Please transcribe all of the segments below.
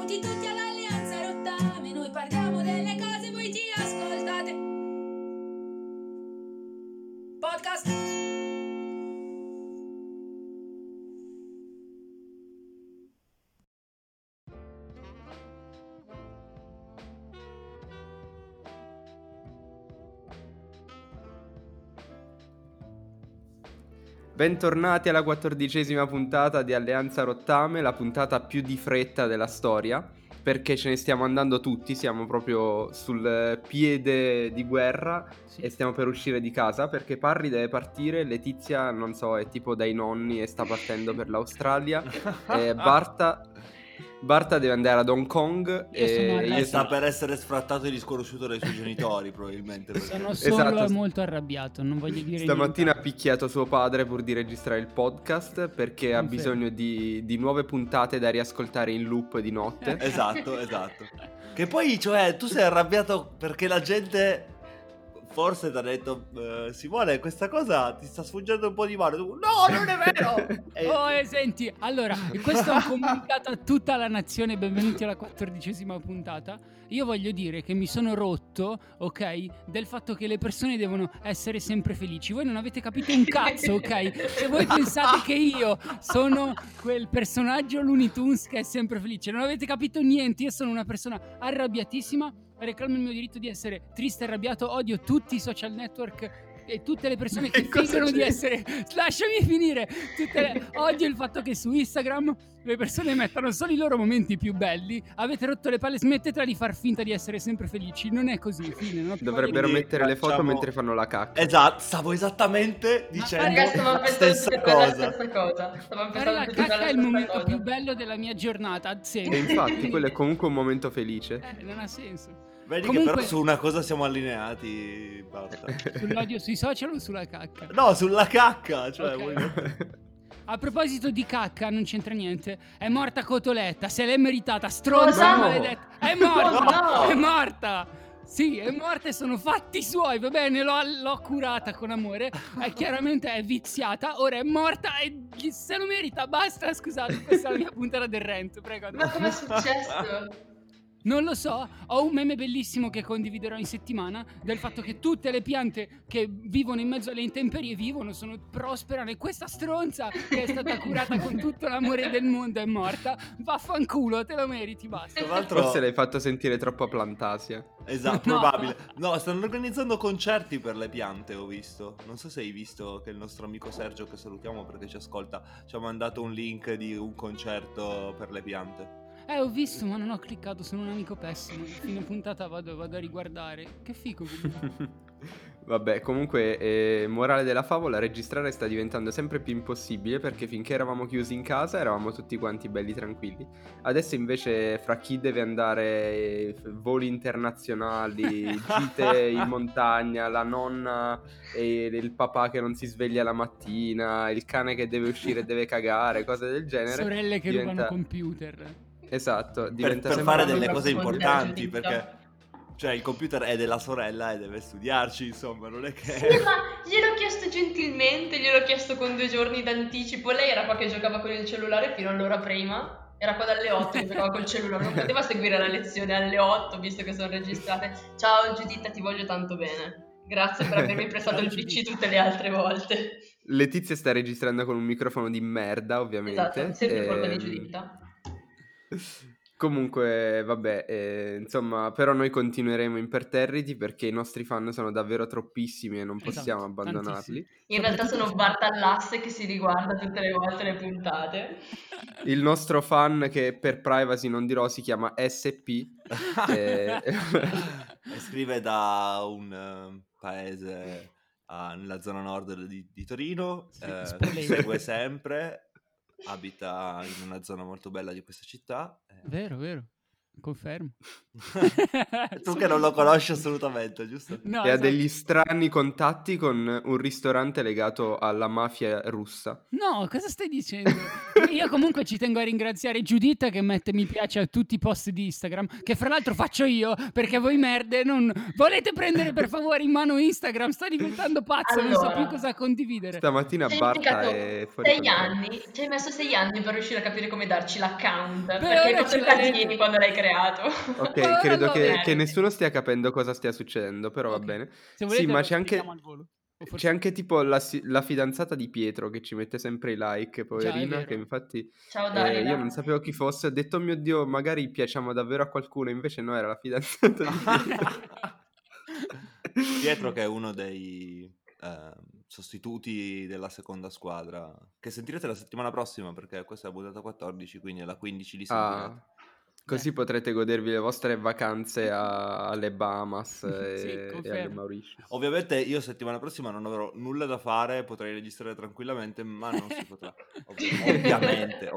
Benvenuti tutti all'Alleanza Rottame, noi parliamo delle cose, voi ci ascoltate. Podcast. Bentornati alla 14ª puntata di Alleanza Rottame, la puntata più di fretta della storia, perché ce ne stiamo andando tutti, siamo proprio sul piede di guerra e stiamo per uscire di casa, perché Parri deve partire, Letizia, non so, è tipo dai nonni e sta partendo per l'Australia, Barta deve andare ad Hong Kong E sta sono... per essere sfrattato e risconosciuto dai suoi genitori, probabilmente. Sono solo Esatto. molto arrabbiato, non voglio dire Stamattina ha niente. picchiato suo padre pur di registrare il podcast perché ha Confermo. bisogno di nuove puntate da riascoltare in loop di notte. Esatto. Che poi, cioè, tu sei arrabbiato perché la gente forse ti ha detto Simone, questa cosa ti sta sfuggendo un po' di mano. Tu, no, non è vero! Senti, allora, questo è un comunicato a tutta la nazione, benvenuti alla 14ª puntata. Io voglio dire che mi sono rotto, ok, del fatto che le persone devono essere sempre felici. Voi non avete capito un cazzo, ok? Se voi pensate che io sono quel personaggio Looney Tunes che è sempre felice, non avete capito niente. Io sono una persona arrabbiatissima, reclamo il mio diritto di essere triste e arrabbiato, odio tutti i social network e tutte le persone che fingono di essere... Lasciami finire! Odio il fatto che su Instagram le persone mettano solo i loro momenti più belli. Avete rotto le palle, smettetela di far finta di essere sempre felici. Non è così, fine. Non ho più voglia di- Dovrebbero Quindi mettere le foto facciamo- mentre fanno la cacca. Esatto, stavo esattamente dicendo Raga, stavamo la pensando stessa tutti per la cosa. stessa cosa. Stavamo Fare la pensando tutti per cacca la è il stessa momento cosa. più bello della mia giornata, sempre. E infatti quello è comunque un momento felice. Non ha senso. Vedi Comunque- che però su una cosa siamo allineati, Barta. Sull'odio sui social o sulla cacca? No, sulla cacca, cioè Ok. vuoi mettere- A proposito di cacca, non c'entra niente. È morta Cotoletta, se l'è meritata, stronza Cosa? maledetta. È morta! No! È morta! Sì, è morta e sono fatti suoi, va bene, l'ho curata con amore. Chiaramente è viziata, ora è morta e se lo merita, basta, scusate, questa è la mia puntata del rant, prego. Ma com'è successo? Non lo so, ho un meme bellissimo che condividerò in settimana del fatto che tutte le piante che vivono in mezzo alle intemperie prosperano e questa stronza che è stata curata con tutto l'amore del mondo è morta. Vaffanculo, te lo meriti, basta. Tra l'altro, Forse l'hai fatto sentire troppo a Plantasia. esatto, No. probabile. No, stanno organizzando concerti per le piante, ho visto. Non so se hai visto che il nostro amico Sergio, che salutiamo perché ci ascolta, ci ha mandato un link di un concerto per le piante. Ho visto, ma non ho cliccato, sono un amico pessimo. Fine puntata vado a riguardare. Che figo comunque. Vabbè, comunque, morale della favola, registrare sta diventando sempre più impossibile perché finché eravamo chiusi in casa eravamo tutti quanti belli tranquilli. Adesso invece fra chi deve andare, voli internazionali, gite in montagna, la nonna e il papà che non si sveglia la mattina, il cane che deve uscire e deve cagare, cose del genere. Sorelle che diventa- rubano computer. Esatto, Per diventa fare sempre delle più cose approfondire, importanti, giudica. perché cioè il computer è della sorella e deve studiarci, insomma, non è che... Sì, ma gliel'ho chiesto gentilmente, gliel'ho chiesto con 2 giorni d'anticipo. Lei era qua che giocava con il cellulare fino all'ora prima. Era qua dalle 8 che giocava col cellulare, non poteva seguire la lezione alle 8 visto che sono registrate. Ciao Giuditta, ti voglio tanto bene. Grazie per avermi prestato il PC tutte le altre volte. Letizia sta registrando con un microfono di merda, ovviamente. Esatto, sempre colpa di Giuditta. Comunque, vabbè, insomma, però noi continueremo imperterriti perché i nostri fan sono davvero troppissimi e non possiamo Esatto, abbandonarli. tantissimi. In realtà Soprattutto- sono Bartallasse che si riguarda tutte le volte le puntate. Il nostro fan, che per privacy non dirò, si chiama SP. E scrive da un paese nella zona nord di Torino, ci segue sempre, abita in una zona molto bella di questa città. Vero, vero. confermo. Tu che non lo conosci assolutamente, giusto? No, E ha esatto. degli strani contatti con un ristorante legato alla mafia russa. No, cosa stai dicendo? Io comunque ci tengo a ringraziare Giuditta che mette mi piace a tutti i post di Instagram, che fra l'altro faccio io, perché voi merde non volete prendere per favore in mano Instagram, sto diventando pazzo, non so più Allora, cosa condividere. Stamattina ci hai Barta impiegato è fuori 6 controllo. anni, ci hai messo 6 anni per riuscire a capire come darci l'account, Beh, perché hai ora fatto ce i l'avete. casini quando l'hai creato. Ok, Ma ora credo va che bene. nessuno stia capendo cosa stia succedendo, però va Ok. bene. Se Sì, volete ma lo c'è spieghiamo anche, al volo. O c'è forse anche tipo la fidanzata di Pietro che ci mette sempre i like, già è poverina, che vero. infatti Ciao io non Dalila. sapevo chi fosse, ho detto, oh mio Dio, magari piacciamo davvero a qualcuno, invece no, era la fidanzata di Pietro. Pietro che è uno dei sostituti della seconda squadra, che sentirete la settimana prossima perché questa è la puntata 14, quindi alla 15 li sentirete. Ah, così potrete godervi le vostre vacanze alle Bahamas Sì, e alle confermo. Mauritius. Ovviamente io settimana prossima non avrò nulla da fare, potrei registrare tranquillamente, ma non si potrà. Ovviamente.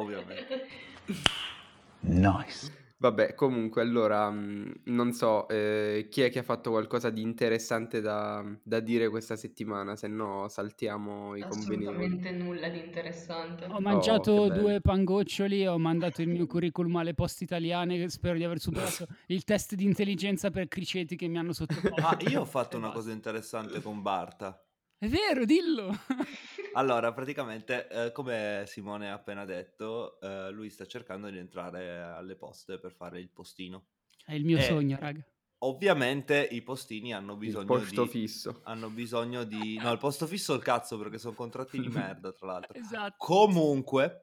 Vabbè, comunque, allora, non so, chi è che ha fatto qualcosa di interessante da dire questa settimana, se no saltiamo i convenevoli. Assolutamente nulla di interessante. Ho Oh, che mangiato bello. 2 pangoccioli, ho mandato il mio curriculum alle poste italiane, spero di aver superato il test di intelligenza per criceti che mi hanno sottoposto. Ah, io ho fatto E una basta. cosa interessante con Barta. È vero, dillo! Allora, praticamente, come Simone ha appena detto, lui sta cercando di entrare alle poste per fare il postino. È il mio E sogno, raga. ovviamente i postini hanno Il bisogno posto di... fisso. Hanno bisogno di... No, il posto fisso il cazzo perché sono contratti di merda, tra l'altro. Esatto. Comunque,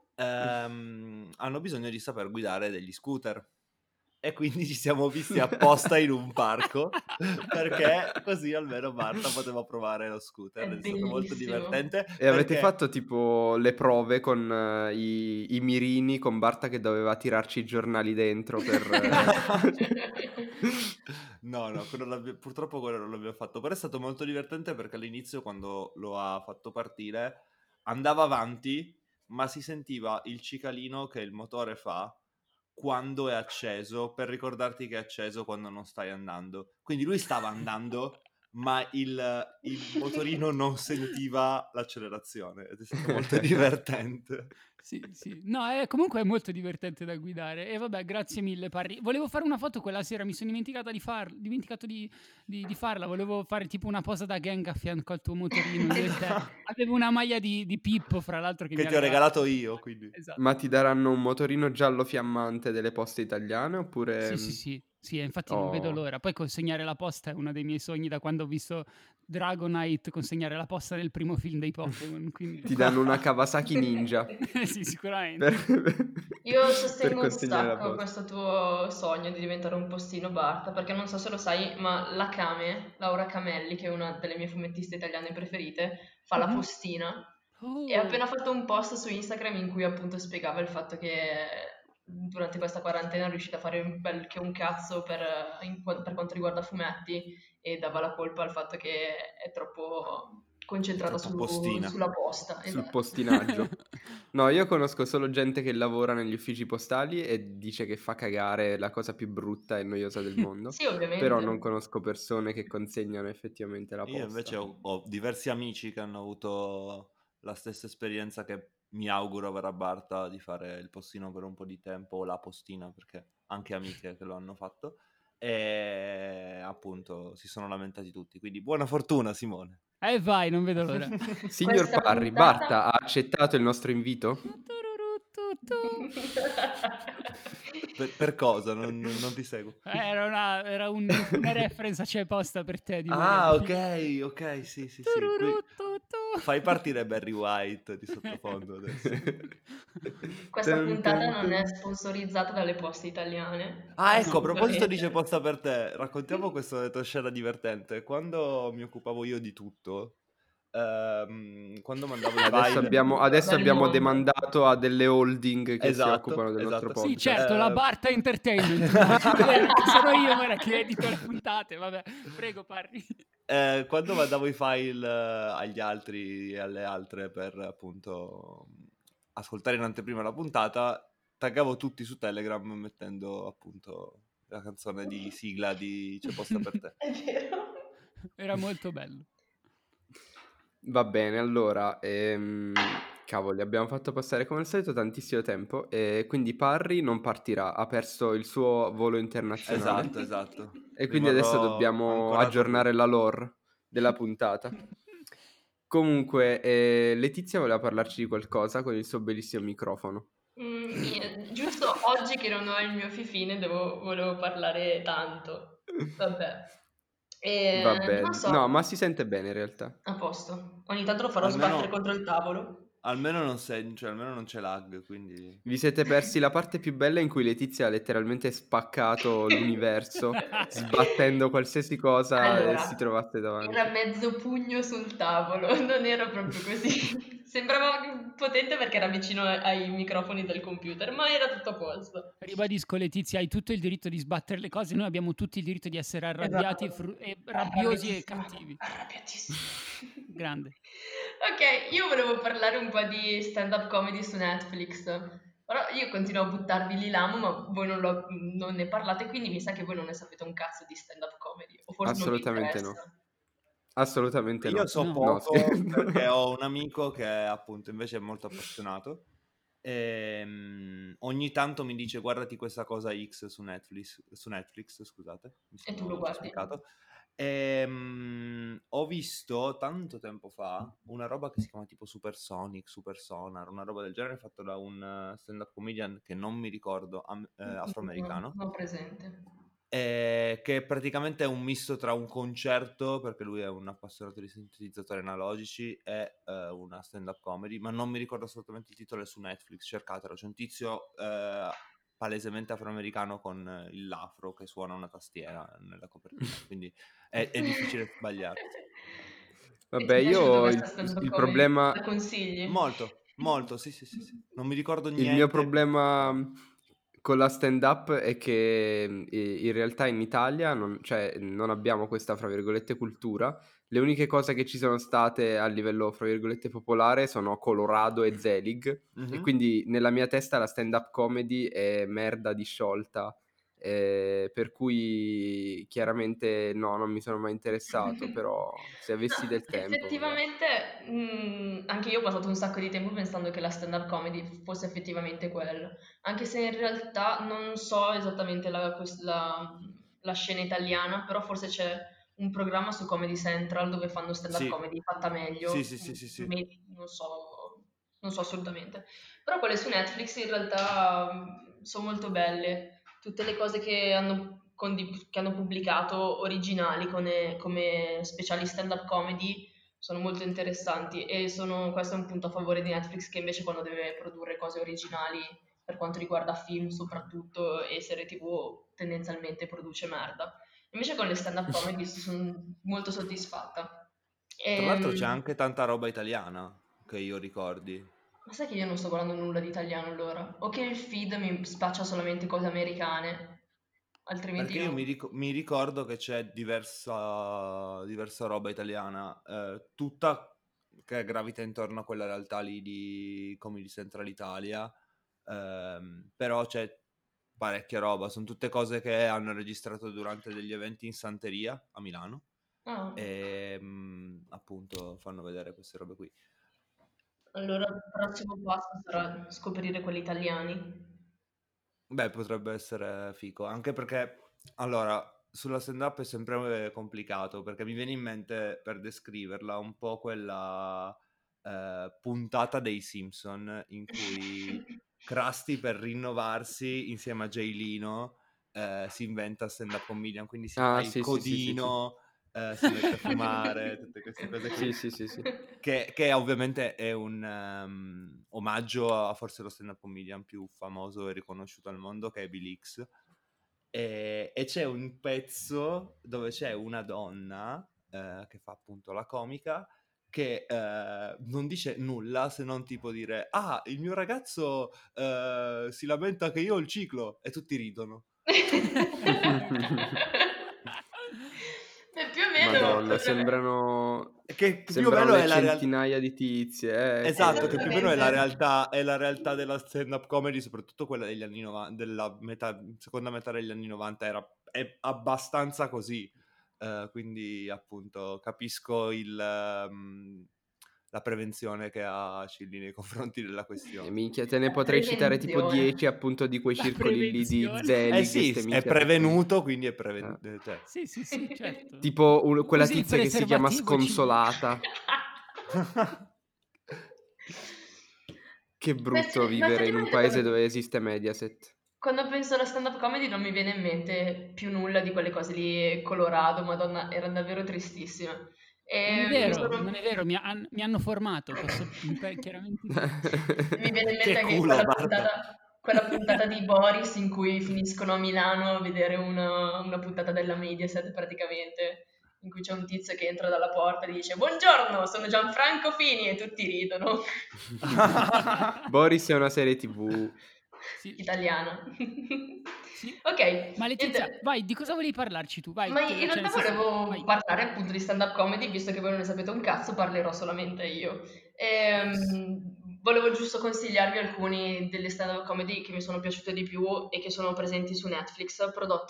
hanno bisogno di saper guidare degli scooter. E quindi ci siamo visti apposta in un parco perché così almeno Marta poteva provare lo scooter. È È stato molto bellissimo. divertente E avete perché... fatto tipo le prove con i mirini, con Barta che doveva tirarci i giornali dentro per... No, purtroppo quello non l'abbiamo fatto, però è stato molto divertente perché all'inizio quando lo ha fatto partire andava avanti, ma si sentiva il cicalino che il motore fa quando è acceso per ricordarti che è acceso quando non stai andando. Quindi lui stava andando, ma il motorino non sentiva l'accelerazione ed è stato molto divertente. Sì, sì. No, comunque è molto divertente da guidare. E vabbè, grazie mille, Parri. Volevo fare una foto quella sera, mi sono dimenticato di farla. Volevo fare tipo una posa da gang a fianco al tuo motorino. Io e te. Avevo una maglia di Pippo, fra l'altro, che Che mi ha ti ho regalato io, quindi. Esatto. Ma ti daranno un motorino giallo fiammante delle poste italiane Sì, oppure... sì, sì. Sì, e infatti non vedo Oh, l'ora. Poi consegnare la posta è uno dei miei sogni da quando ho visto Dragonite consegnare la posta nel primo film dei Pokémon. Quindi... ti danno una Kawasaki Ninja sì, sicuramente. per, Io per sostengo un consegnare la sacco posta. questo tuo sogno di diventare un postino Barta, perché non so se lo sai, ma la Kame, Laura Camelli, che è una delle mie fumettiste italiane preferite, fa la Mhm. postina e ha Oh. appena fatto un post su Instagram in cui appunto spiegava il fatto che durante questa quarantena è riuscita a fare un bel che un cazzo per quanto riguarda fumetti e dava la colpa al fatto che è troppo concentrata Troppo postina. sulla posta. Sul Esatto. postinaggio. No, io conosco solo gente che lavora negli uffici postali e dice che fa cagare, la cosa più brutta e noiosa del mondo. Sì, Però non ovviamente. conosco persone che consegnano effettivamente la Io posta. invece ho diversi amici che hanno avuto la stessa esperienza che mi auguro avrà Barta di fare il postino per un po' di tempo, o la postina, perché anche amiche che lo hanno fatto, e appunto si sono lamentati tutti. Quindi buona fortuna, Simone. Vai, non vedo l'ora. Signor Questa Parri, puntata Barta ha accettato il nostro invito? Per cosa? Non ti seguo. Era una reference a c'è posta per te di Maria Ah, De Filippi. ok, sì. Fai partire Barry White di sottofondo adesso. Questa puntata non è sponsorizzata dalle poste italiane, Ah, ecco, a proposito di C'è assolutamente. posta per te, raccontiamo questa tua scena divertente. Quando mi occupavo io di tutto, quando mandavo i Adesso file... Bel abbiamo mondo. demandato a delle holding che si occupano del nostro Esatto. Sì, podcast. certo, la Barta Entertainment. No, che sono io ora che edito le puntate. Vabbè, prego, parli. Quando mandavo i file agli altri e alle altre per appunto ascoltare in anteprima la puntata, taggavo tutti su Telegram mettendo appunto la canzone di sigla di C'è posta per te. È vero. Era molto bello. Va bene, allora, cavoli, abbiamo fatto passare come al solito tantissimo tempo e quindi Parry non partirà, ha perso il suo volo internazionale Esatto. e quindi adesso Rimarrò dobbiamo ancorato a lui. aggiornare la lore della puntata. Comunque, Letizia voleva parlarci di qualcosa con il suo bellissimo microfono. Giusto oggi che non ho il mio fifine volevo parlare tanto. Vabbè. Vabbè, Non so, no, ma si sente bene in realtà. a posto. Ogni tanto lo farò sbattere contro il tavolo. Almeno non almeno non c'è lag, quindi... Vi siete persi la parte più bella in cui Letizia ha letteralmente spaccato l'universo, sbattendo qualsiasi cosa Allora, si trovasse davanti. era mezzo pugno sul tavolo, non era proprio così. Sembrava potente perché era vicino ai microfoni del computer, ma era tutto a posto. Ribadisco, Letizia, hai tutto il diritto di sbattere le cose, noi abbiamo tutti il diritto di essere arrabbiati, Esatto. e rabbiosi e Arrabbiatissima, cattivi. arrabbiatissima. Grande. Ok, io volevo parlare un po' di stand-up comedy su Netflix. Però io continuo a buttarvi lì l'amo, ma voi non ne parlate, quindi mi sa che voi non ne sapete un cazzo di stand-up comedy, o forse non vi Assolutamente no. interessa. Assolutamente Io no. so No. No, poco scherzo. perché ho un amico che appunto invece è molto appassionato. Ogni tanto mi dice guardati questa cosa X su Netflix, scusate, mi E tu sono lo guardi. intossicato. Ho visto tanto tempo fa una roba che si chiama tipo Supersonic, Super Sonar, una roba del genere fatta da un stand-up comedian che non mi ricordo, afroamericano. Non ho presente. Che praticamente è un misto tra un concerto, perché lui è un appassionato di sintetizzatori analogici, e una stand-up comedy, ma non mi ricordo assolutamente il titolo, è su Netflix, cercatelo. C'è un tizio palesemente afroamericano con l'afro che suona una tastiera nella copertina, quindi è difficile sbagliare. E Vabbè, ti è piaciuto io questa stand-up il comedy? problema... La consigli? Molto, sì. Non mi ricordo Il niente. mio problema con la stand-up è che in realtà in Italia non abbiamo questa, fra virgolette, cultura. Le uniche cose che ci sono state a livello, fra virgolette, popolare sono Colorado e Zelig. E Mhm. quindi nella mia testa la stand-up comedy è merda disciolta. Per cui chiaramente no, non mi sono mai interessato, però se avessi del tempo magari. Effettivamente, anche io ho passato un sacco di tempo pensando che la stand-up comedy fosse effettivamente quello, anche se in realtà non so esattamente la scena italiana, però forse c'è un programma su Comedy Central dove fanno stand-up Sì. comedy fatta meglio, Sì. non so assolutamente. Però quelle su Netflix in realtà sono molto belle. Tutte le cose che hanno pubblicato originali come speciali stand-up comedy sono molto interessanti e questo è un punto a favore di Netflix, che invece quando deve produrre cose originali per quanto riguarda film soprattutto e serie TV tendenzialmente produce merda. Invece con le stand-up comedy sono molto soddisfatta. Tra l'altro c'è Ehm, anche tanta roba italiana che io ricordi. Ma sai che io non sto guardando nulla di italiano allora? O che il feed mi spaccia solamente cose americane, altrimenti Perché io no. mi ricordo che c'è diversa roba italiana, tutta che gravita intorno a quella realtà lì di Comedy Central Italia, però c'è parecchia roba, sono tutte cose che hanno registrato durante degli eventi in Santeria a Milano Ah, e appunto fanno vedere queste robe qui. allora il prossimo passo sarà scoprire quelli italiani. Beh, potrebbe essere figo, anche perché, allora, sulla stand-up è sempre complicato, perché mi viene in mente, per descriverla, un po' quella puntata dei Simpson in cui Krusty, per rinnovarsi insieme a Jay Leno, si inventa stand-up comedian, quindi si fa Ah, il sì. codino, si mette a fumare, tutte queste cose qui. Sì. Che ovviamente è un omaggio a forse lo stand-up comedian più famoso e riconosciuto al mondo, che è Bill Hicks. E c'è un pezzo dove c'è una donna che fa appunto la comica, che non dice nulla se non tipo dire: ah, il mio ragazzo si lamenta che io ho il ciclo, e tutti ridono. Beh, più o Madonna, sembrano Che più o sembrano meno le è la realtà. centinaia di tizie, Esatto, che più o meno Esattamente. è la realtà della stand-up comedy, soprattutto quella degli anni 90, della seconda metà degli anni 90, è abbastanza così. Quindi appunto capisco la prevenzione che ha Cilli nei confronti della E questione. minchia, te ne La potrei citare tipo prevenzione. 10 appunto di quei La circoli lì di prevenzione. Zelig, Sì, ste è minchia prevenuto, quindi è Ah. cioè. Sì, certo. tipo quella Usi il tizia che si chiama preservativo, Sconsolata. Che brutto Ma vivere in un effettivamente paese dove esiste Mediaset. quando penso alla stand-up comedy non mi viene in mente più nulla di quelle cose lì, Colorado, Madonna, erano davvero tristissime. Non è E vero, non è vero, mi hanno formato, posso chiaramente dire. mi viene in Che mente che culo, Marta. quella puntata di Boris in cui finiscono a Milano a vedere una puntata della Mediaset praticamente, in cui c'è un tizio che entra dalla porta e dice «Buongiorno, sono Gianfranco Fini» e tutti ridono. Boris è una serie TV. Sì, Italiana. sì. Ok, Ma Letizia, niente. vai, di cosa volevi parlarci tu? Vai, Ma in cioè realtà nel senso, volevo vai. parlare appunto di stand-up comedy, visto che voi non ne sapete un cazzo, parlerò solamente io. Yes. Volevo giusto consigliarvi alcuni delle stand-up comedy che mi sono piaciute di più e che sono presenti su Netflix,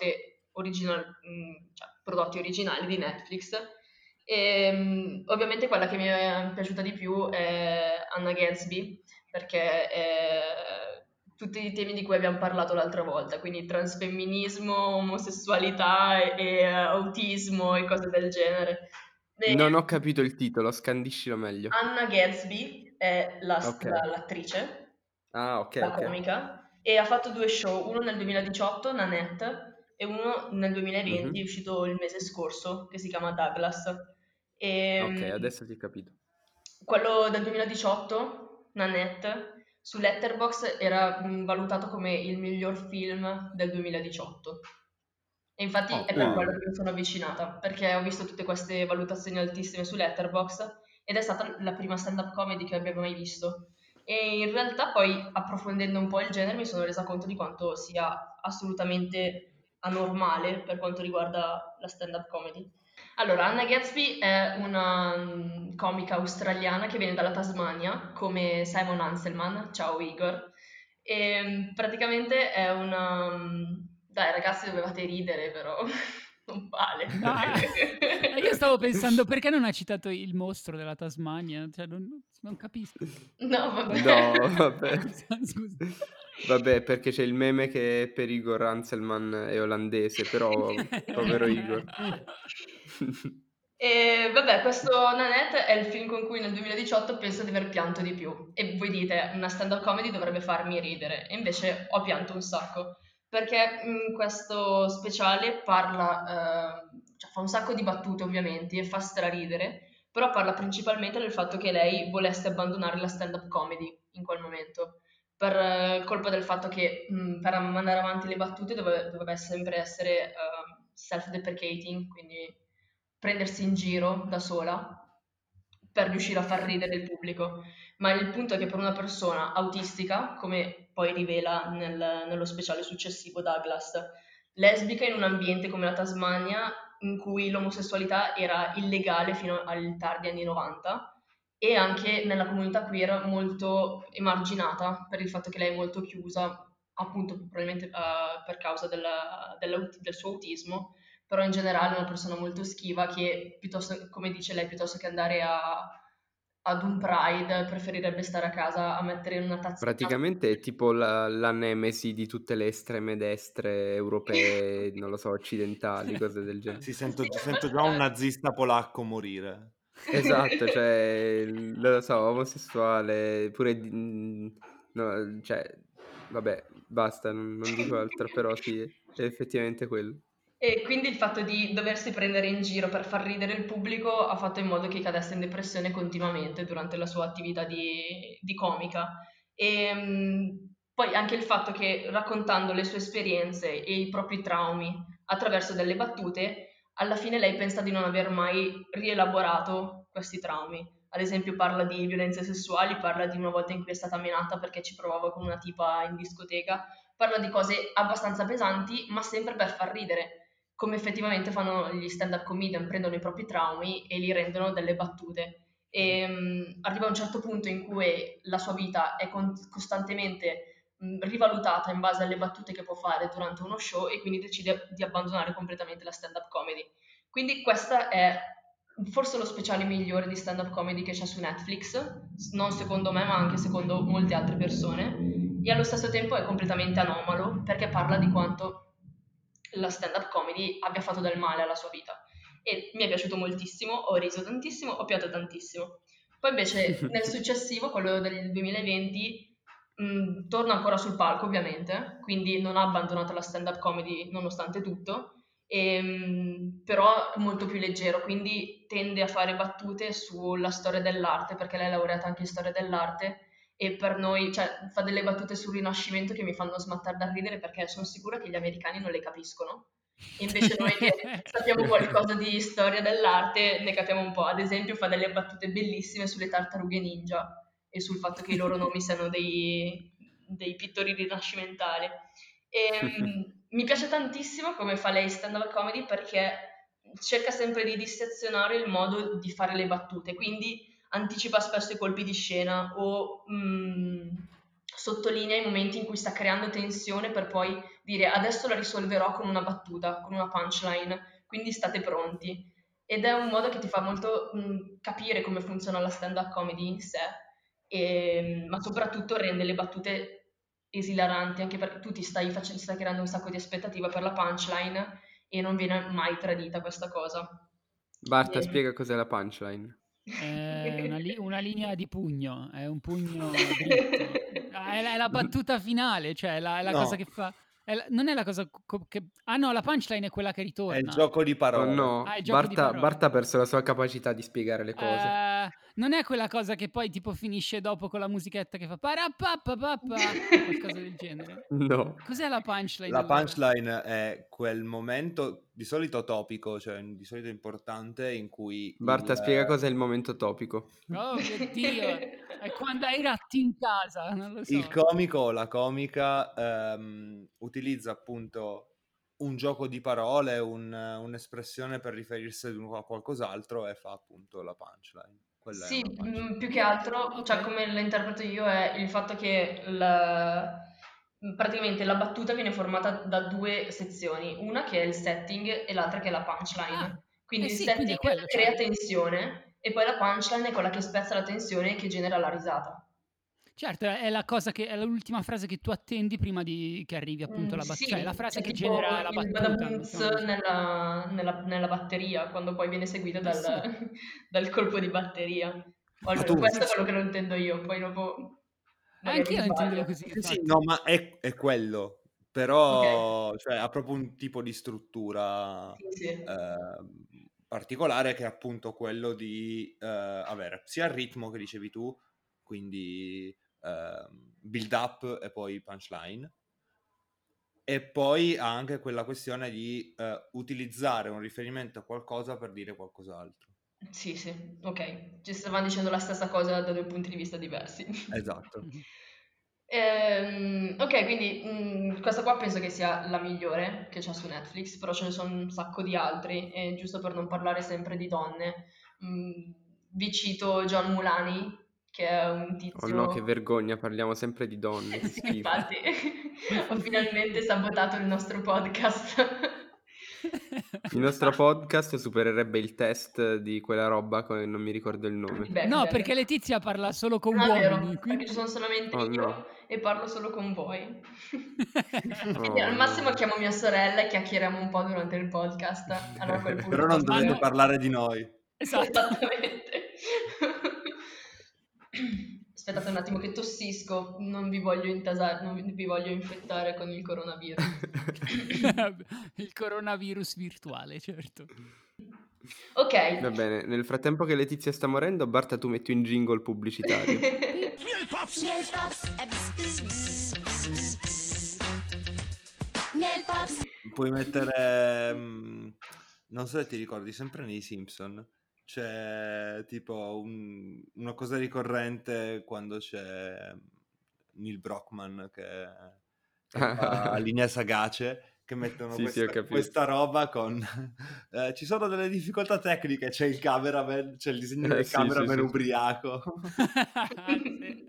prodotti originali di Netflix. Ovviamente quella che mi è piaciuta di più è Anna Gatsby, perché tutti i temi di cui abbiamo parlato l'altra volta, quindi transfemminismo, omosessualità e autismo e cose del genere. E Non ho capito il titolo, scandiscilo meglio. Anna Gatsby è Ok. l'attrice, Ah, ok, la ok. comica, e ha fatto due show, uno nel 2018, Nanette, e uno nel 2020, è Mhm. uscito il mese scorso, che si chiama Douglas. Ok, E, adesso ti ho capito. quello del 2018, Nanette, su Letterboxd era valutato come il miglior film del 2018. E infatti Oh, è per quello wow. che mi sono avvicinata, perché ho visto tutte queste valutazioni altissime su Letterboxd ed è stata la prima stand-up comedy che abbia mai visto. E in realtà poi, approfondendo un po' il genere, mi sono resa conto di quanto sia assolutamente anormale per quanto riguarda la stand-up comedy. Allora, Anna Gatsby è una comica australiana che viene dalla Tasmania, come Simon Anselman. Ciao Igor. E praticamente è una... Dai ragazzi, dovevate ridere però, non vale. No, io stavo pensando perché non ha citato il mostro della Tasmania, cioè non capisco. No, vabbè. No, vabbè. Scusa. Vabbè, perché c'è il meme che per Igor Anselman è olandese, però povero Igor. E vabbè, questo Nanette è il film con cui nel 2018 penso di aver pianto di più. E voi dite, una stand-up comedy dovrebbe farmi ridere. E invece ho pianto un sacco. Perché questo speciale parla, cioè fa un sacco di battute ovviamente e fa straridere, però parla principalmente del fatto che lei volesse abbandonare la stand-up comedy in quel momento. Per colpa del fatto che per mandare avanti le battute doveva sempre essere self-deprecating, quindi prendersi in giro da sola per riuscire a far ridere il pubblico. Ma il punto è che per una persona autistica, come poi rivela nello speciale successivo Douglas, lesbica in un ambiente come la Tasmania, in cui l'omosessualità era illegale fino ai tardi anni 90, e anche nella comunità queer molto emarginata per il fatto che lei è molto chiusa, appunto probabilmente per causa del suo autismo, però in generale è una persona molto schiva che piuttosto, come dice lei, piuttosto che andare ad un Pride preferirebbe stare a casa a mettere in una tazza. Praticamente è tipo la nemesi di tutte le estreme destre europee, non lo so, occidentali, cose del genere. Sento già un nazista polacco morire. Esatto, cioè, lo so, omosessuale, pure, no, cioè, vabbè, basta, non dico altro, però sì, è effettivamente quello. E quindi il fatto di doversi prendere in giro per far ridere il pubblico ha fatto in modo che cadesse in depressione continuamente durante la sua attività di comica. E poi anche il fatto che raccontando le sue esperienze e i propri traumi attraverso delle battute, alla fine lei pensa di non aver mai rielaborato questi traumi. Ad esempio parla di violenze sessuali, parla di una volta in cui è stata menata perché ci provava con una tipa in discoteca, parla di cose abbastanza pesanti, ma sempre per far ridere. come effettivamente fanno gli stand-up comedian, prendono i propri traumi e li rendono delle battute. E arriva un certo punto in cui la sua vita è costantemente rivalutata in base alle battute che può fare durante uno show e quindi decide di abbandonare completamente la stand-up comedy. Quindi questa è forse lo speciale migliore di stand-up comedy che c'è su Netflix, non secondo me, ma anche secondo molte altre persone, e allo stesso tempo è completamente anomalo perché parla di quanto la stand-up comedy abbia fatto del male alla sua vita. E mi è piaciuto moltissimo, ho riso tantissimo, ho pianto tantissimo. Poi invece nel successivo, quello del 2020, torna ancora sul palco ovviamente, quindi non ha abbandonato la stand-up comedy nonostante tutto, però è molto più leggero, quindi tende a fare battute sulla storia dell'arte, perché lei è laureata anche in storia dell'arte, e per noi, cioè, fa delle battute sul Rinascimento che mi fanno smattare da ridere perché sono sicura che gli americani non le capiscono. E invece noi che sappiamo qualcosa di storia dell'arte ne capiamo un po'. Ad esempio fa delle battute bellissime sulle tartarughe ninja e sul fatto che i loro nomi siano dei pittori rinascimentali. Mi piace tantissimo come fa lei stand-up comedy perché cerca sempre di dissezionare il modo di fare le battute, quindi anticipa spesso i colpi di scena o sottolinea i momenti in cui sta creando tensione per poi dire adesso la risolverò con una battuta, con una punchline, quindi state pronti. Ed è un modo che ti fa molto capire come funziona la stand-up comedy in sé, ma soprattutto rende le battute esilaranti, anche perché tu ti stai creando un sacco di aspettativa per la punchline e non viene mai tradita questa cosa. Barta, E- spiega cos'è la punchline. È una linea di pugno, è un pugno dritto. È la battuta finale, cioè è la cosa No, che fa. Non è la cosa che. Ah no, la punchline è quella che è il ritorna. gioco di Oh parole. Ah, è no, il gioco di parole. Barta ha perso la sua capacità di spiegare le cose. Non è quella cosa che poi tipo finisce dopo con la musichetta che fa parapapapappa o qualcosa del genere. No. Cos'è la punchline La allora? punchline è quel momento di solito topico, cioè di solito importante, in cui Barta, spiega cos'è il momento topico. Oh mio Dio, è quando hai i ratti in casa, non lo il so. comico o la comica utilizza appunto un gioco di parole, un'espressione per riferirsi a qualcos'altro e fa appunto la punchline. Quella è Sì, una punchline. più che altro, cioè Ok. come la interpreto io è il fatto che praticamente la battuta viene formata da due sezioni, una che è il setting e l'altra che è la Ah, punchline. Quindi eh il sì, quindi setting è quello, crea cioè. tensione e poi la punchline è quella che spezza la tensione e che genera la risata. Certo, è la cosa che è l'ultima frase che tu attendi prima di che arrivi appunto alla battuta, cioè è la Sì, frase è che tipo genera la il battuta, badaboots mettiamo così. nella batteria, quando poi viene seguito Eh sì. dal colpo di batteria. O Ma almeno tu? questo Sì. è quello che non intendo io, poi dopo magari Anch'io la intendevo sbaglio. così, Sì, sì, infatti. no, ma è quello, Ok, però cioè, ha proprio un tipo di struttura sì, sì. particolare che è appunto quello di avere sia il ritmo che dicevi tu, quindi build up e poi punchline, e poi ha anche quella questione di utilizzare un riferimento a qualcosa per dire qualcos'altro. Sì, sì, ok. Ci stavamo dicendo la stessa cosa da due punti di vista diversi. Esatto. Mhm. Ok, quindi questa qua penso che sia la migliore che c'è su Netflix, però ce ne sono un sacco di altri, e giusto per non parlare sempre di donne, mh, vi cito John Mulaney, che è un Oh no, che tizio... vergogna, parliamo sempre di donne, che Sì, schifo. infatti, ho finalmente sabotato il nostro podcast. Il nostro podcast supererebbe il test di quella roba che non mi ricordo il Di nome. No, Bechdel. perché Letizia parla solo con Non è uomini, vero, perché ci quindi. sono solamente Oh no. io e parlo solo con voi. Quindi Oh al massimo no. chiamo mia sorella e chiacchieriamo un po' durante il podcast. Allora a quel Però punto non posso dovete Hanno. dire... parlare di noi. Esatto. Esattamente. Aspettate un attimo che tossisco, non vi voglio intasare, non vi voglio infettare con il coronavirus. Il coronavirus virtuale, certo. Ok. Va bene, nel frattempo che Letizia sta morendo, Barta tu metti un jingle pubblicitario. Pip. Miel Pops, Miel Pops. Puoi mettere, non so se ti ricordi, sempre nei Simpson c'è tipo una cosa ricorrente quando c'è Neil Brockman che fa linea sagace che mettono Sì, sì, ho capito. questa roba con ci sono delle difficoltà tecniche, c'è il cameraman, c'è il disegno del Sì, cameraman sì, sì. ubriaco. Sì.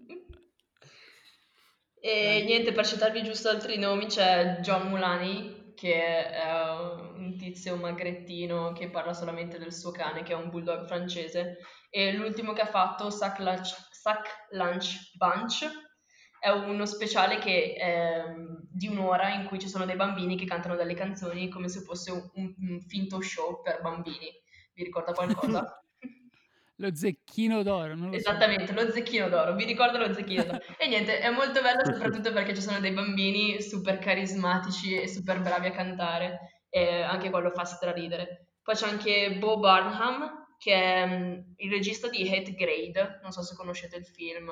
E Dai. niente, per citarvi giusto altri nomi, c'è John Mulaney, che è un tizio magrettino che parla solamente del suo cane, che è un bulldog francese. E l'ultimo che ha fatto, Sack Lunch Bunch, è uno speciale che è di un'ora in cui ci sono dei bambini che cantano delle canzoni come se fosse un finto show per bambini. Vi ricorda qualcosa? Lo zecchino d'oro, non lo so. Esattamente, lo zecchino d'oro, vi ricordo lo zecchino d'oro. E niente, è molto bello soprattutto perché ci sono dei bambini super carismatici e super bravi a cantare, e anche quello fa straridere. Poi c'è anche Bo Burnham, che è il regista di Hate Grade, non so se conoscete il film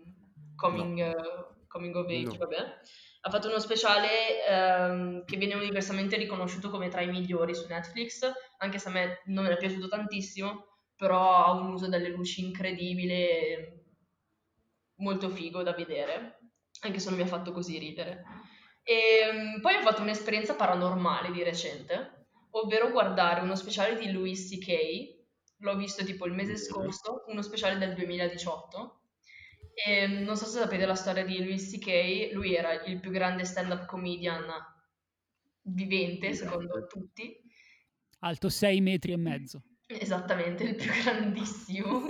Coming of Age, No. vabbè. Ha fatto uno speciale che viene universalmente riconosciuto come tra i migliori su Netflix, anche se a me non mi è piaciuto tantissimo, però ha un uso delle luci incredibile, molto figo da vedere, anche se non mi ha fatto così ridere. E poi ho fatto un'esperienza paranormale di recente, ovvero guardare uno speciale di Louis C.K., l'ho visto tipo il mese scorso, uno speciale del 2018. E non so se sapete la storia di Louis C.K., lui era il più grande stand-up comedian vivente, secondo tutti. Alto 6 metri e mezzo. Esattamente, il più grandissimo.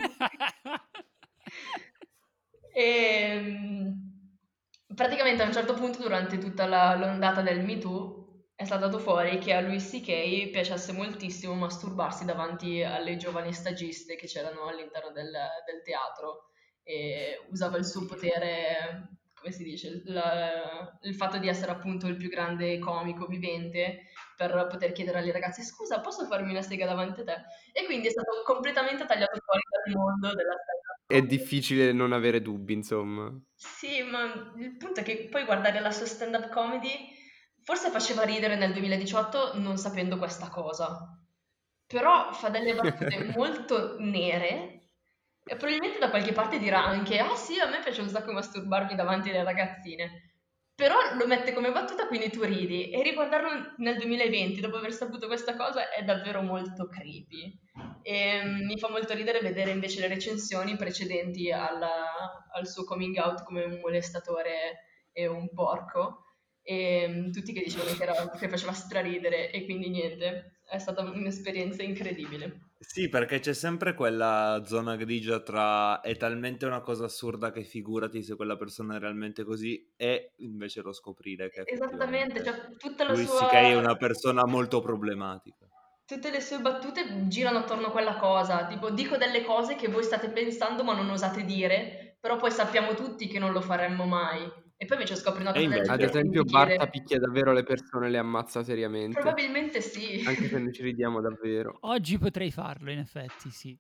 E praticamente a un certo punto durante tutta l'ondata del Me Too è saltato fuori che a Louis C.K. piacesse moltissimo masturbarsi davanti alle giovani stagiste che c'erano all'interno del teatro e usava il suo potere, come si dice, il fatto di essere appunto il più grande comico vivente per poter chiedere alle ragazze scusa, posso farmi una sega davanti a te? E quindi è stato completamente tagliato fuori dal mondo della stand-up È comedy. difficile non avere dubbi, insomma. Sì, ma il punto è che poi guardare la sua stand-up comedy forse faceva ridere nel 2018 non sapendo questa cosa, però fa delle battute molto nere e probabilmente da qualche parte dirà anche ah sì, a me piace un sacco masturbarmi davanti alle ragazzine, però lo mette come battuta quindi tu ridi e riguardarlo nel 2020 dopo aver saputo questa cosa è davvero molto creepy. E mi fa molto ridere vedere invece le recensioni precedenti al suo coming out come un molestatore e un porco, e tutti che dicevano che faceva straridere, e quindi niente, è stata un'esperienza incredibile. Sì, perché c'è sempre quella zona grigia tra è talmente una cosa assurda che figurati se quella persona è realmente così e invece lo scoprire che Esattamente, effettivamente cioè tutta la Louis sua... C.K. è una persona molto problematica. Tutte le sue battute girano attorno a quella cosa, tipo dico delle cose che voi state pensando ma non osate dire, però poi sappiamo tutti che non lo faremmo mai. E poi invece scopri una E cosa del invece? Ad genere e esempio, ti Barta chiede... picchia davvero le persone e le ammazza seriamente. Probabilmente sì. Anche se noi ci ridiamo davvero. Oggi potrei farlo, in effetti, sì.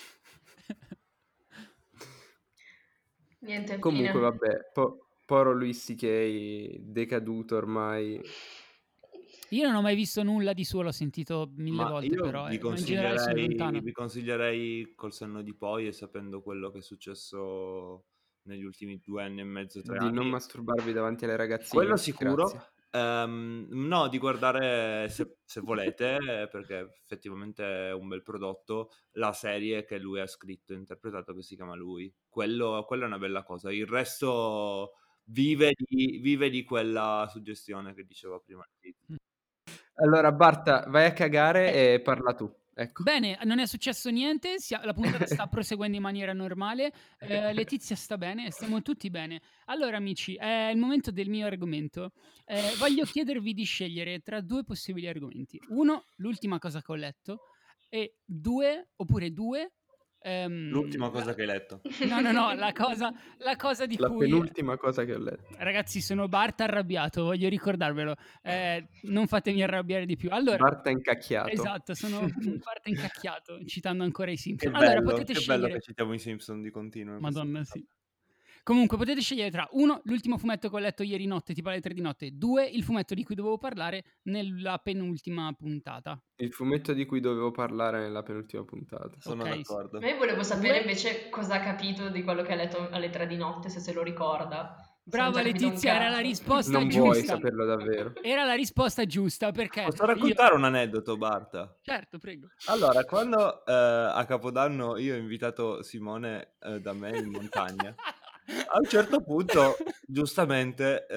Niente, Comunque, fine. vabbè, Poro Luis C.K. decaduto ormai. Io non ho mai visto nulla di suo, l'ho sentito 1000 Ma volte, io però vi ma in generale sono lontano. vi consiglierei col senno di poi e sapendo quello che è successo negli ultimi 2 anni e mezzo, 3 Di non anni, masturbarvi davanti alle ragazzine. quello sicuro. Grazie. No, di guardare se volete, perché effettivamente è un bel prodotto, la serie che lui ha scritto e interpretato che si chiama Lui. Quello è una bella cosa. Il resto vive di quella suggestione che diceva prima. Allora, Barta, vai a cagare e parla tu. Ecco. Bene, non è successo niente, la puntata sta proseguendo in maniera normale, Letizia sta bene, stiamo tutti bene. Allora amici, è il momento del mio argomento. Voglio chiedervi di scegliere tra due possibili argomenti. Uno, l'ultima cosa che ho letto, e due, L'ultima cosa che hai letto. No, la cosa di La cui... penultima cosa che ho letto. Ragazzi, sono Bart arrabbiato, voglio ricordarvelo. Non fatemi arrabbiare di più. Allora, Barta incacchiato. esatto, sono un Bart incacchiato, citando ancora i Che Simpson. Allora, bello, potete che bello scegliere... che citiamo i Simpson di continuo. in questa Madonna, puntata. sì. Comunque, potete scegliere tra uno, l'ultimo fumetto che ho letto ieri notte, tipo alle 3 di notte, due, il fumetto di cui dovevo parlare nella penultima puntata. Il fumetto di cui dovevo parlare nella penultima puntata. Sono Ok, d'accordo. Ma io volevo sapere Due. invece cosa ha capito di quello che ha letto alle 3 di notte, se lo ricorda. Brava Non c'è Letizia, un era la cazzo. risposta Non vuoi giusta. saperlo davvero. Era la risposta giusta perché Posso io... raccontare un aneddoto, Barta? Certo, prego. Allora, quando a Capodanno io ho invitato Simone da me in montagna, a un certo punto, giustamente,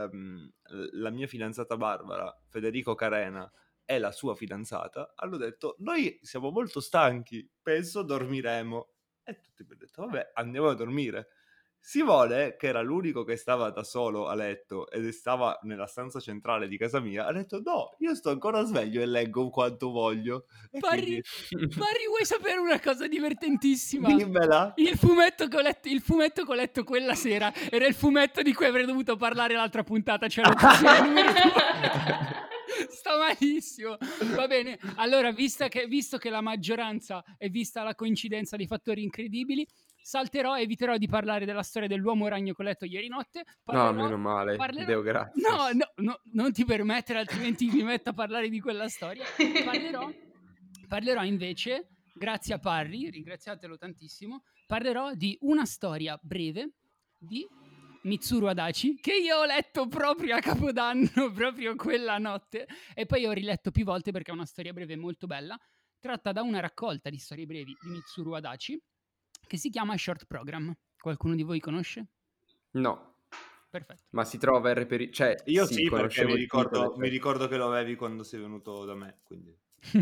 la mia fidanzata Barbara, Federico Carena e la sua fidanzata hanno detto: noi siamo molto stanchi, penso dormiremo. E tutti abbiamo detto: vabbè, andiamo a dormire. Simone, che era l'unico che stava da solo a letto ed stava nella stanza centrale di casa mia, ha detto: no, io sto ancora sveglio e leggo quanto voglio. E Parri, quindi vuoi sapere una cosa divertentissima? dimmela. Il fumetto che ho letto quella sera era il fumetto di cui avrei dovuto parlare l'altra puntata, cioè l'episodio numero 2. Sta malissimo. Va bene, allora, visto che la maggioranza è vista la coincidenza dei fattori incredibili, eviterò di parlare della storia dell'uomo ragno che ho letto ieri notte. No, meno male. Deo grazie. No, non ti permettere, altrimenti mi metto a parlare di quella storia. Parlerò invece, grazie a Parri, ringraziatelo tantissimo, parlerò di una storia breve di Mitsuru Adachi, che io ho letto proprio a Capodanno, proprio quella notte, e poi ho riletto più volte perché è una storia breve molto bella, tratta da una raccolta di storie brevi di Mitsuru Adachi, che si chiama Short Program. Qualcuno di voi conosce? No, Perfetto. ma si trova in reperibile. Cioè, Io sì, sì, perché conoscevo il titolo. mi ricordo che lo avevi quando sei venuto da me, quindi...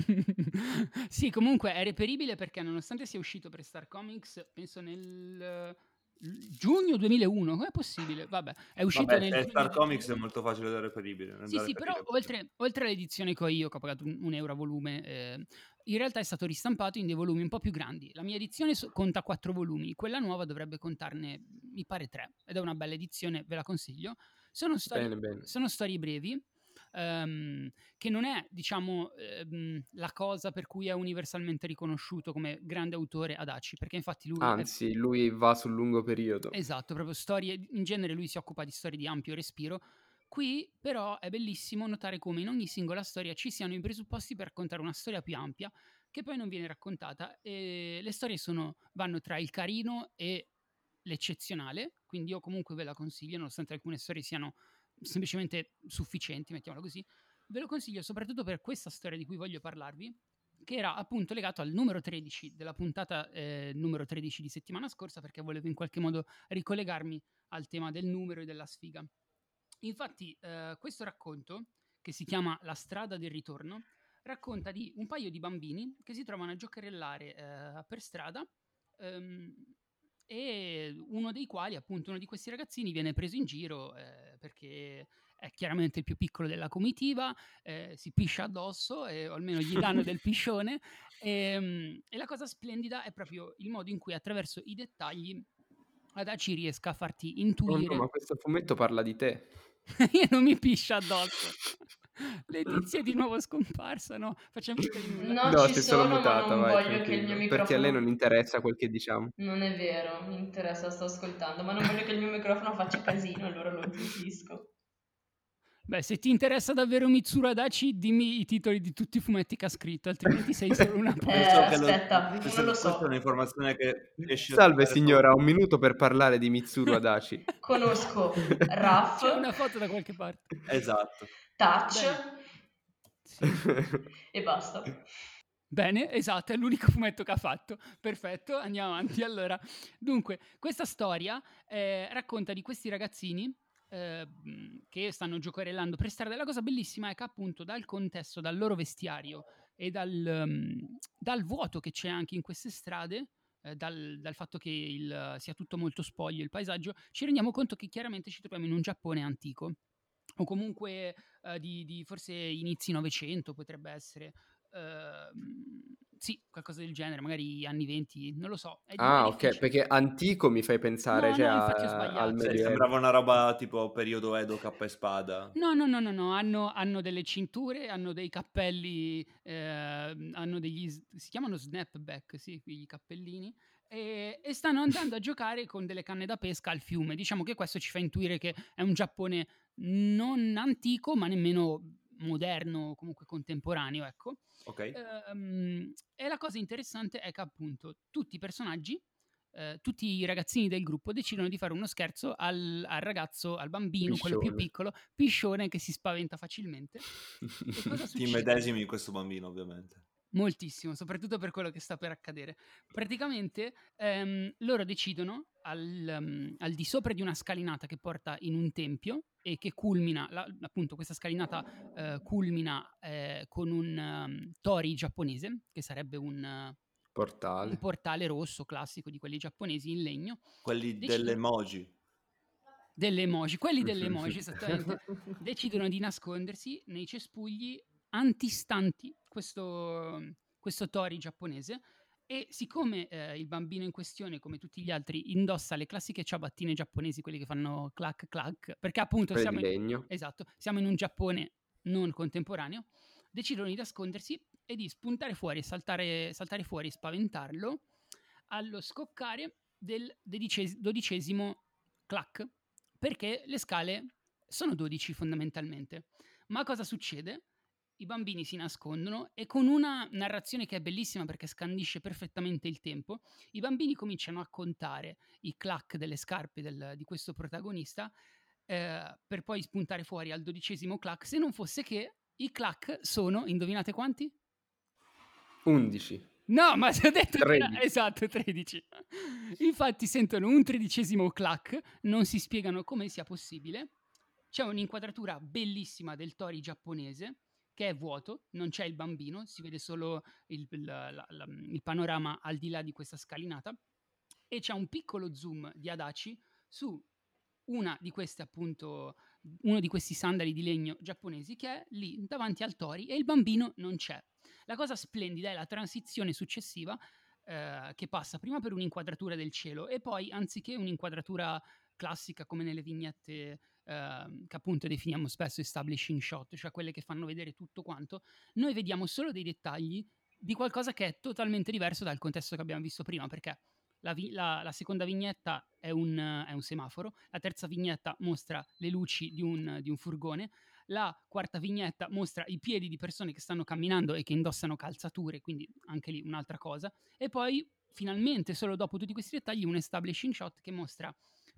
Sì, comunque è reperibile perché nonostante sia uscito per Star Comics, penso nel giugno 2001, com'è possibile? Vabbè, è uscito Vabbè, nel se è giugno Star Comics è 2001. molto facile da reperibile. Sì, però oltre all'edizione che ho io, che ho pagato un euro a volume, in realtà è stato ristampato in dei volumi un po' più grandi. La mia edizione conta 4 volumi, quella nuova dovrebbe contarne, mi pare, 3, ed è una bella edizione, ve la consiglio. Sono Bene. storie brevi, che non è, diciamo, la cosa per cui è universalmente riconosciuto come grande autore Adachi, perché infatti lui è... Anzi, lui va sul lungo periodo. Esatto, proprio storie, in genere lui si occupa di storie di ampio respiro. Qui però è bellissimo notare come in ogni singola storia ci siano i presupposti per raccontare una storia più ampia che poi non viene raccontata, e le storie vanno tra il carino e l'eccezionale, quindi io comunque ve la consiglio, nonostante alcune storie siano semplicemente sufficienti, mettiamola così. Ve lo consiglio soprattutto per questa storia di cui voglio parlarvi, che era appunto legato al numero 13 della puntata numero 13 di settimana scorsa, perché volevo in qualche modo ricollegarmi al tema del numero e della sfiga. Infatti questo racconto, che si chiama La strada del ritorno, racconta di un paio di bambini che si trovano a giocherellare per strada, e uno dei quali, appunto uno di questi ragazzini, viene preso in giro perché è chiaramente il più piccolo della comitiva, si piscia addosso, o almeno gli danno del piscione, e la cosa splendida è proprio il modo in cui attraverso i dettagli Adachi riesca a farti Oh intuire. no, ma questo fumetto parla di te. Io non mi piscia addosso. Letizia è di nuovo scomparsa, no? Facciamo finta di nulla. No, No, ci si è solo sono, ma mutata, non vai, voglio che il mio tranquillo. Perché a lei non microfono... interessa quel che diciamo. Non è vero, mi interessa, sto ascoltando, ma non voglio che il mio microfono faccia casino, allora lo zizzisco. Beh, se ti interessa davvero Mitsuru Adachi, dimmi i titoli di tutti i fumetti che ha scritto, altrimenti sei solo una Penso che aspetta, questa non lo questa so. è un'informazione che riesci a Salve trovare signora, un minuto per parlare di Mitsuru Adachi. Conosco Raf, C'è una foto da qualche parte. Esatto. Touch Bene. Sì. e basta. Bene, esatto, è l'unico fumetto che ha fatto. Perfetto, andiamo avanti. Allora, dunque, questa storia racconta di questi ragazzini che stanno giocherellando per strada. La cosa bellissima è che appunto dal contesto, dal loro vestiario e dal vuoto che c'è anche in queste strade, dal fatto che sia tutto molto spoglio il paesaggio, ci rendiamo conto che chiaramente ci troviamo in un Giappone antico, o comunque di forse inizi Novecento potrebbe essere. Sì, qualcosa del genere, magari anni 20, non lo so, è Ah, ok, difficile. perché antico mi fai pensare, cioè No, infatti ho al sbagliato. Sembrava Medioevo. una roba tipo periodo Edo, cappa e spada. No, hanno delle cinture, hanno dei cappelli, hanno si chiamano snapback, sì, i cappellini, e stanno andando a giocare con delle canne da pesca al fiume. Diciamo che questo ci fa intuire che è un Giappone non antico, ma nemmeno moderno, comunque contemporaneo, ecco. Ok. E la cosa interessante è che appunto tutti i personaggi tutti i ragazzini del gruppo decidono di fare uno scherzo al ragazzo, al bambino, quello più Piscione. piccolo, piscione, che si spaventa facilmente. E cosa Ti succede? immedesimi in questo bambino, ovviamente. Moltissimo, soprattutto per quello che sta per accadere. Praticamente loro decidono al di sopra di una scalinata che porta in un tempio e che culmina, appunto questa scalinata culmina con un tori giapponese, che sarebbe un Portale. portale rosso classico di quelli giapponesi in legno. Quelli Decidono dell'emoji. delle emoji, quelli delle emoji, esattamente, decidono di nascondersi nei cespugli antistanti questo tori giapponese. E siccome il bambino in questione, come tutti gli altri, indossa le classiche ciabattine giapponesi, quelli che fanno clac clac, perché appunto Quelle di legno. esatto, siamo in un Giappone non contemporaneo, decidono di nascondersi e di spuntare fuori, saltare fuori e spaventarlo allo scoccare del 12° clac, perché le scale sono 12 fondamentalmente. Ma cosa succede? I bambini si nascondono e con una narrazione che è bellissima perché scandisce perfettamente il tempo, i bambini cominciano a contare i clac delle scarpe di questo protagonista per poi spuntare fuori al 12° clac, se non fosse che i clac sono, indovinate quanti? 11. No, ma si è detto che era 13. esatto, 13. Infatti sentono un 13° clac, non si spiegano come sia possibile. C'è un'inquadratura bellissima del tori giapponese che è vuoto, non c'è il bambino, si vede solo il panorama al di là di questa scalinata e c'è un piccolo zoom di Adachi su una di queste appunto uno di questi sandali di legno giapponesi che è lì davanti al tori e il bambino non c'è. La cosa splendida è la transizione successiva che passa prima per un'inquadratura del cielo e poi anziché un'inquadratura classica come nelle vignette che appunto definiamo spesso establishing shot, cioè quelle che fanno vedere tutto quanto, noi vediamo solo dei dettagli di qualcosa che è totalmente diverso dal contesto che abbiamo visto prima, perché la seconda vignetta è un semaforo, la terza vignetta mostra le luci di un furgone, la quarta vignetta mostra i piedi di persone che stanno camminando e che indossano calzature, quindi anche lì un'altra cosa, e poi finalmente, solo dopo tutti questi dettagli, un establishing shot che mostra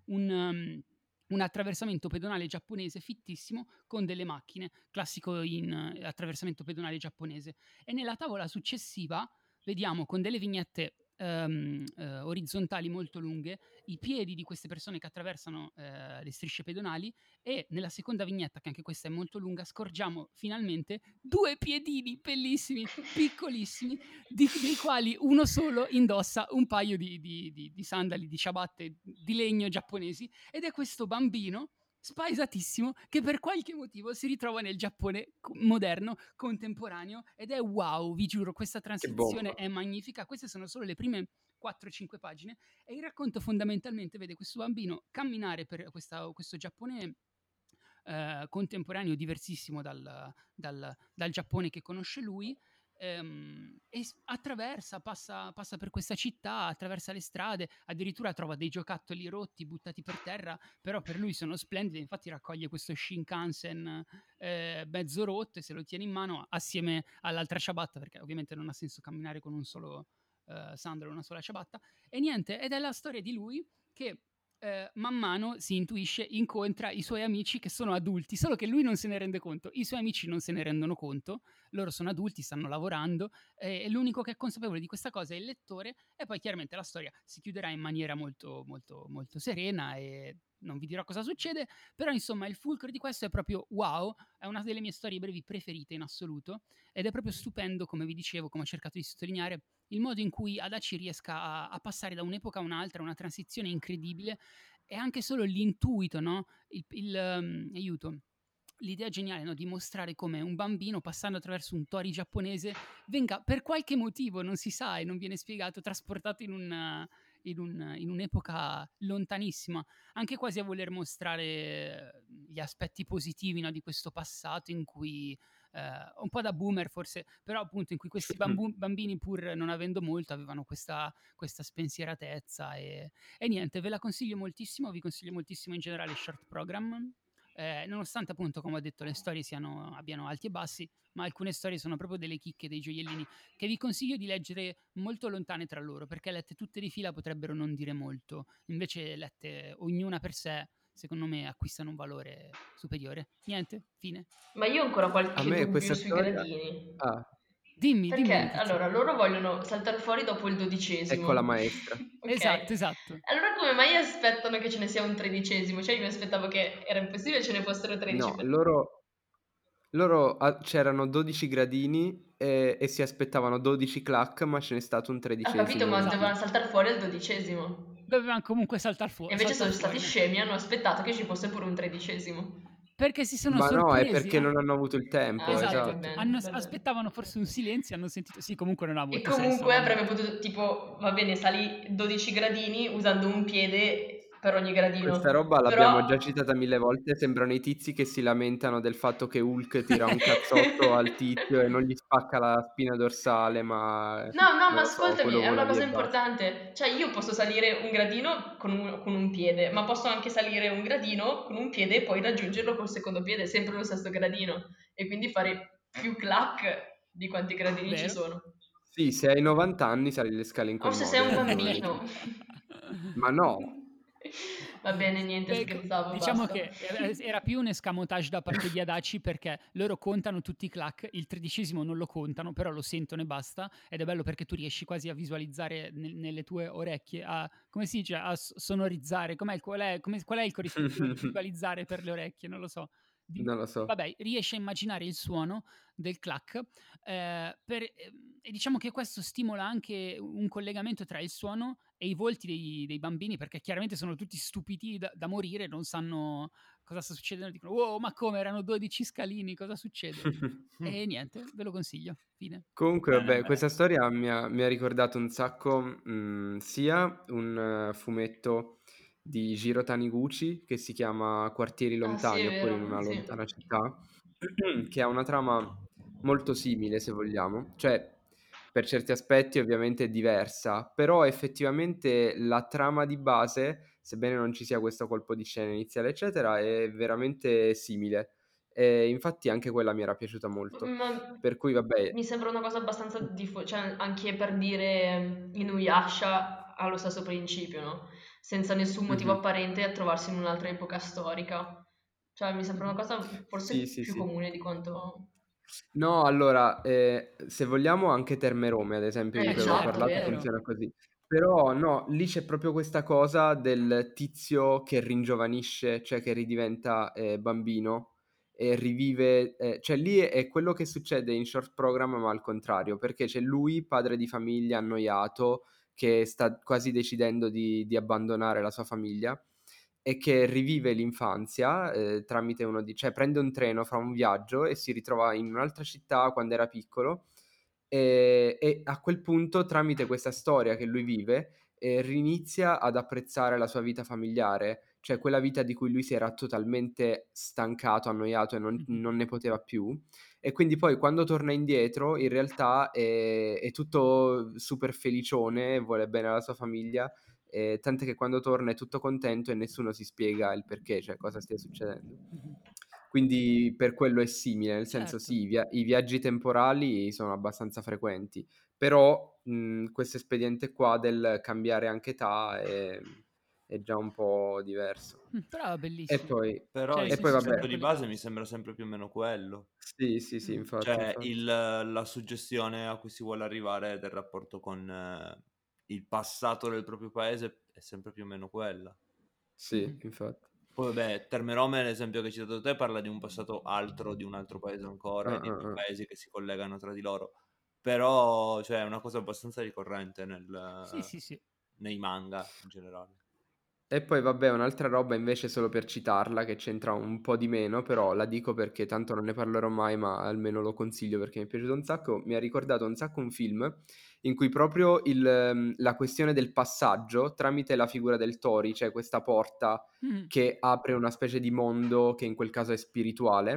un attraversamento pedonale giapponese fittissimo con delle macchine, classico in attraversamento pedonale giapponese. E nella tavola successiva vediamo con delle vignette orizzontali molto lunghe i piedi di queste persone che attraversano le strisce pedonali e nella seconda vignetta, che anche questa è molto lunga, scorgiamo finalmente 2 piedini bellissimi, piccolissimi, dei quali uno solo indossa un paio di sandali, di ciabatte di legno giapponesi ed è questo bambino spaesatissimo che per qualche motivo si ritrova nel Giappone moderno, contemporaneo ed è wow, vi giuro, questa Che transizione bomba. è magnifica, queste sono solo le prime 4-5 pagine e il racconto fondamentalmente vede questo bambino camminare per questo Giappone contemporaneo diversissimo dal Giappone che conosce lui e passa per questa città, attraversa le strade, addirittura trova dei giocattoli rotti buttati per terra, però per lui sono splendidi, infatti raccoglie questo Shinkansen mezzo rotto e se lo tiene in mano assieme all'altra ciabatta, perché ovviamente non ha senso camminare con un solo sandalo, una sola ciabatta, e niente, ed è la storia di lui che man mano si intuisce, incontra i suoi amici che sono adulti, solo che lui non se ne rende conto, i suoi amici non se ne rendono conto, loro sono adulti, stanno lavorando e l'unico che è consapevole di questa cosa è il lettore e poi chiaramente la storia si chiuderà in maniera molto, molto, molto serena e non vi dirò cosa succede, però insomma il fulcro di questo è proprio wow, è una delle mie storie brevi preferite in assoluto ed è proprio stupendo, come vi dicevo, come ho cercato di sottolineare, il modo in cui Adachi riesca a passare da un'epoca a un'altra, una transizione incredibile e anche solo l'intuito, no? Aiuto. L'idea geniale, no? Di mostrare come un bambino passando attraverso un tori giapponese venga per qualche motivo, non si sa e non viene spiegato, trasportato in un'epoca lontanissima, anche quasi a voler mostrare gli aspetti positivi, no? Di questo passato in cui un po' da boomer forse, però appunto in cui questi bambini pur non avendo molto avevano questa spensieratezza e niente, ve la consiglio moltissimo, vi consiglio moltissimo in generale Short Program. nonostante appunto, come ho detto, le storie abbiano alti e bassi, ma alcune storie sono proprio delle chicche, dei gioiellini che vi consiglio di leggere molto lontane tra loro, perché lette tutte di fila potrebbero non dire molto, invece lette ognuna per sé, secondo me acquistano un valore superiore. Niente, fine. Ma io ho ancora A qualche me dubbio questa sui storia... gradini. Ah, Dimmi Perché Letizia. allora loro vogliono saltare fuori dopo il ecco la 12°. maestra. Ok. Esatto. Allora come mai aspettano che ce ne sia un 13°? Cioè io mi aspettavo che era impossibile ce ne fossero 13. No, loro c'erano 12 gradini e si aspettavano 12 clac, ma ce n'è stato un Ho capito, 13° ma in Esatto. più. dovevano saltare fuori al 12°. Dovevano comunque saltare E invece sono fuori. stati scemi, hanno aspettato che ci fosse pure un 13°. Perché si sono Ma no, è sorpresi. perché non hanno avuto il tempo, Ah, ok, va Esatto, esatto. bene, va bene. aspettavano forse un silenzio, hanno sentito, sì, comunque non ha E molto senso, comunque lo avrebbe ammetto. potuto, tipo, va bene, sali 12 gradini usando un piede per ogni gradino. Questa roba l'abbiamo già Però, citata 1000 volte, sembrano i tizi che si lamentano del fatto che Hulk tira un cazzotto al tizio e non gli spacca la spina dorsale, ma no, no, ma non lo so, ascoltami, quello è una vola via cosa e basta. importante. Cioè, io posso salire un gradino con un piede, ma posso anche salire un gradino con un piede e poi raggiungerlo col secondo piede, sempre lo stesso gradino. E quindi fare più clac di quanti gradini ci Vero? sono. Sì, se hai 90 anni sali le scale in O quel se sei modo, un effettivamente. bambino. Ma no. Va bene, niente, Beh, scherzavo, diciamo basta. che era più un escamotage da parte di Adachi perché loro contano tutti i clac, il 13° non lo contano, però lo sentono e basta. Ed è bello perché tu riesci quasi a visualizzare nelle tue orecchie, come si dice, a sonorizzare. Qual è il corrispettivo di visualizzare per le orecchie? Non lo so. Non lo so. Vabbè, riesci a immaginare il suono del clac e diciamo che questo stimola anche un collegamento tra il suono e i volti dei bambini, perché chiaramente sono tutti stupiti da morire, non sanno cosa sta succedendo, dicono wow, ma come erano 12 scalini, cosa succede? E niente, ve lo consiglio, fine. Comunque, vabbè, questa storia mi ha ricordato un sacco sia un fumetto di Jiro Taniguchi che si chiama Quartieri Ah, sì, lontani è oppure in vero, una sì. lontana città, che ha una trama molto simile, se vogliamo. Cioè, per certi aspetti ovviamente è diversa, però effettivamente la trama di base, sebbene non ci sia questo colpo di scena iniziale, eccetera, è veramente simile. E infatti anche quella mi era piaciuta molto. Ma Per cui, vabbè, mi sembra una cosa abbastanza cioè anche per dire Inuyasha ha lo stesso principio, no? Senza nessun motivo mhm. apparente a trovarsi in un'altra epoca storica. Cioè mi sembra una cosa Sì, forse sì, più sì. comune di quanto... No, allora, se vogliamo anche Terme Rome, ad esempio, di cui avevo Certo, parlato, vero. funziona così. Però no, lì c'è proprio questa cosa del tizio che ringiovanisce, cioè che ridiventa bambino e rivive, cioè lì è quello che succede in Short Program, ma al contrario, perché c'è lui, padre di famiglia, annoiato, che sta quasi decidendo di abbandonare la sua famiglia e che rivive l'infanzia tramite cioè prende un treno, fa un viaggio e si ritrova in un'altra città quando era piccolo e a quel punto tramite questa storia che lui vive rinizia ad apprezzare la sua vita familiare, cioè quella vita di cui lui si era totalmente stancato, annoiato e non ne poteva più. E quindi poi quando torna indietro in realtà è tutto super felicione, vuole bene alla sua famiglia, tant'è che quando torna è tutto contento e nessuno si spiega il perché, cioè cosa stia succedendo. Quindi per quello è simile, nel senso Certo. sì, i viaggi temporali sono abbastanza frequenti, però questo espediente qua del cambiare anche età è già un po' diverso. Però è E bellissimo. poi, Però Cioè, nel il e poi senso, sono concetto vabbè, di base mi collegati. sembra sempre più o meno quello. sì, sì, sì, infatti, Cioè, infatti. la suggestione a cui si vuole arrivare del rapporto con il passato del proprio paese è sempre più o meno quella. Sì, infatti. Poi, vabbè, Terme Rome, l'esempio che hai citato te, parla di un passato altro, di un altro paese ancora, Ah, e di due ah, ah. paesi che si collegano tra di loro. Però, cioè, è una cosa abbastanza ricorrente Sì, sì, sì. nei manga in generale. E poi vabbè, un'altra roba invece solo per citarla, che c'entra un po' di meno, però la dico perché tanto non ne parlerò mai, ma almeno lo consiglio perché mi è piaciuto un sacco. Mi ha ricordato un sacco un film in cui proprio la questione del passaggio tramite la figura del Tori, cioè questa porta Mhm. che apre una specie di mondo che in quel caso è spirituale.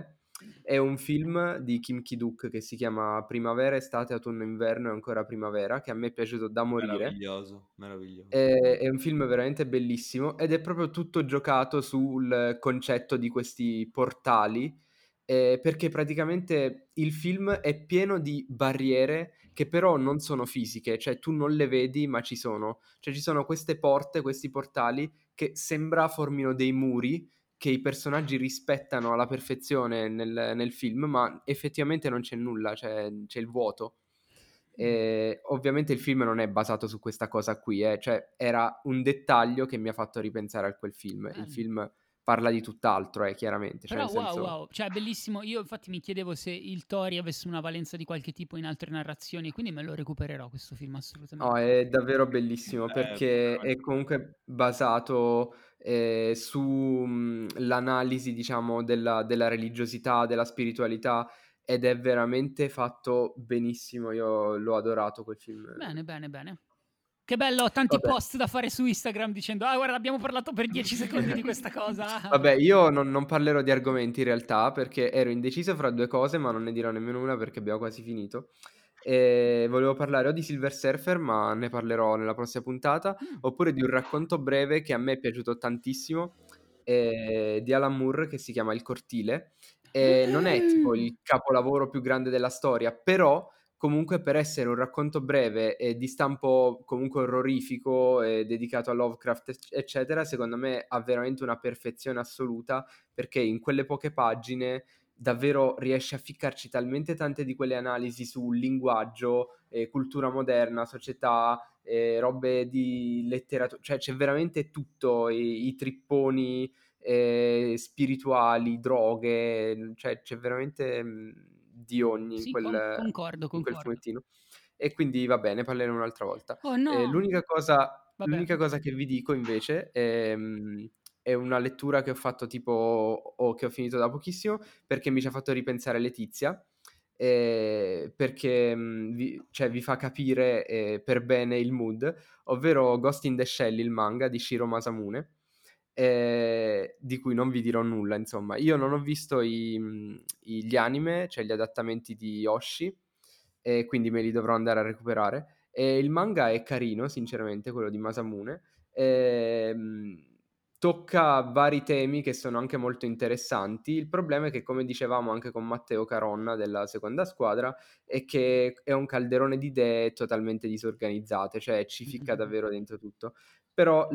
È un film di Kim Ki-duk che si chiama Primavera, estate, autunno, inverno e ancora primavera, che a me è piaciuto da morire. Meraviglioso, meraviglioso. È un film veramente bellissimo ed è proprio tutto giocato sul concetto di questi portali, perché praticamente il film è pieno di barriere che però non sono fisiche, cioè tu non le vedi ma ci sono. Cioè ci sono queste porte, questi portali che sembra formino dei muri che i personaggi rispettano alla perfezione nel film, ma effettivamente non c'è nulla, c'è il vuoto. Ovviamente il film non è basato su questa cosa qui, cioè era un dettaglio che mi ha fatto ripensare a quel film. Il Bello. film parla di tutt'altro, chiaramente, cioè Però nel senso... wow, cioè bellissimo. Io infatti mi chiedevo se il Tori avesse una valenza di qualche tipo in altre narrazioni, quindi me lo recupererò questo film No, assolutamente. è davvero bellissimo perché è comunque basato su l'analisi, diciamo, della religiosità, della spiritualità ed è veramente fatto benissimo. Io l'ho adorato quel film. Bene, bene, bene. Che bello, ho tanti Vabbè. post da fare su Instagram dicendo ah guarda abbiamo parlato per 10 secondi di questa cosa. Ah, Vabbè, io non parlerò di argomenti in realtà perché ero indeciso fra due cose, ma non ne dirò nemmeno una perché abbiamo quasi finito. Volevo parlare o di Silver Surfer, ma ne parlerò nella prossima puntata, Mm. oppure di un racconto breve che a me è piaciuto tantissimo, di Alan Moore che si chiama Il cortile. Non è tipo il capolavoro più grande della storia, però comunque per essere un racconto breve e di stampo comunque orrorifico e dedicato a Lovecraft eccetera, secondo me ha veramente una perfezione assoluta perché in quelle poche pagine davvero riesce a ficcarci talmente tante di quelle analisi sul linguaggio, cultura moderna, società, robe di letteratura, cioè c'è veramente tutto, i tripponi spirituali, droghe, cioè c'è veramente di ogni Sì, concordo, in quel concordo. fumettino. E quindi va bene, parleremo un'altra volta. Oh no, vabbè. L'unica cosa che vi dico invece è una lettura che ho fatto tipo o che ho finito da pochissimo perché mi ci ha fatto ripensare Letizia. Perché cioè, vi fa capire per bene il mood, ovvero Ghost in the Shell, il manga di Shiro Masamune, di cui non vi dirò nulla, insomma. Io non ho visto gli anime, cioè gli adattamenti di Oshi, e quindi me li dovrò andare a recuperare. E il manga è carino, sinceramente, quello di Masamune. Tocca vari temi che sono anche molto interessanti. Il problema è che, come dicevamo anche con Matteo Caronna della seconda squadra, è che è un calderone di idee totalmente disorganizzate, cioè ci ficca davvero dentro tutto. Però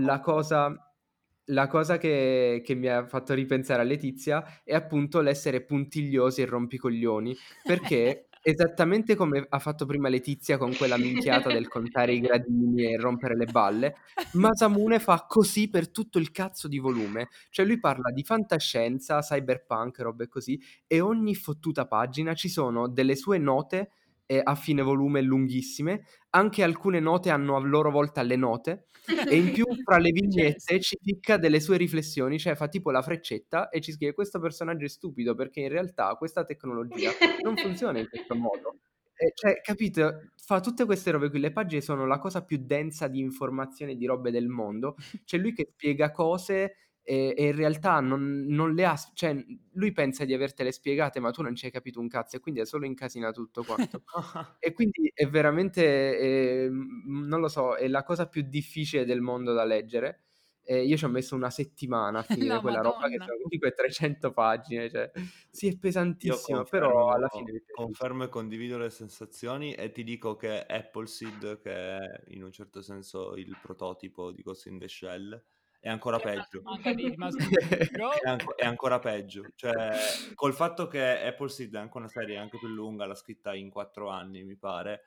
la cosa che mi ha fatto ripensare a Letizia è appunto l'essere puntigliosi e rompicoglioni, perché esattamente come ha fatto prima Letizia con quella minchiata del contare i gradini e rompere le balle, Masamune fa così per tutto il cazzo di volume. Cioè lui parla di fantascienza, cyberpunk, robe così, e ogni fottuta pagina ci sono delle sue note a fine volume lunghissime, anche alcune note hanno a loro volta le note, e in più fra le vignette ci ficca delle sue riflessioni, cioè fa tipo la freccetta e ci scrive questo personaggio è stupido perché in realtà questa tecnologia non funziona in questo modo. Cioè, capito? Fa tutte queste robe qui. Le pagine sono la cosa più densa di informazioni e di robe del mondo. C'è lui che spiega cose e in realtà non le ha. Cioè, lui pensa di avertele spiegate, ma tu non ci hai capito un cazzo e quindi è solo incasinato tutto quanto. E quindi è veramente, non lo so, è la cosa più difficile del mondo da leggere. Io ci ho messo una settimana a finire La quella roba che Madonna. sono comunque 300 pagine, cioè sì, è Io pesantissima, però alla fine mi è piaciuta. confermo e condivido le sensazioni e ti dico che Appleseed, che è in un certo senso il prototipo di Ghost in the Shell, è ancora Che è un altro peggio. manga di Masamune. È ancora peggio. Cioè, col fatto che Appleseed è anche una serie anche più lunga, l'ha scritta in 4 anni, mi pare,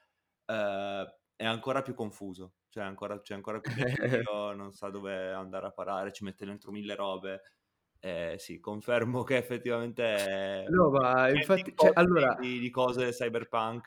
è ancora più confuso. Cioè, c'è ancora più delirio, non sa dove andare a parare, ci mette dentro mille robe. Sì, confermo che effettivamente è No, ma infatti, cioè, allora, di cose cyberpunk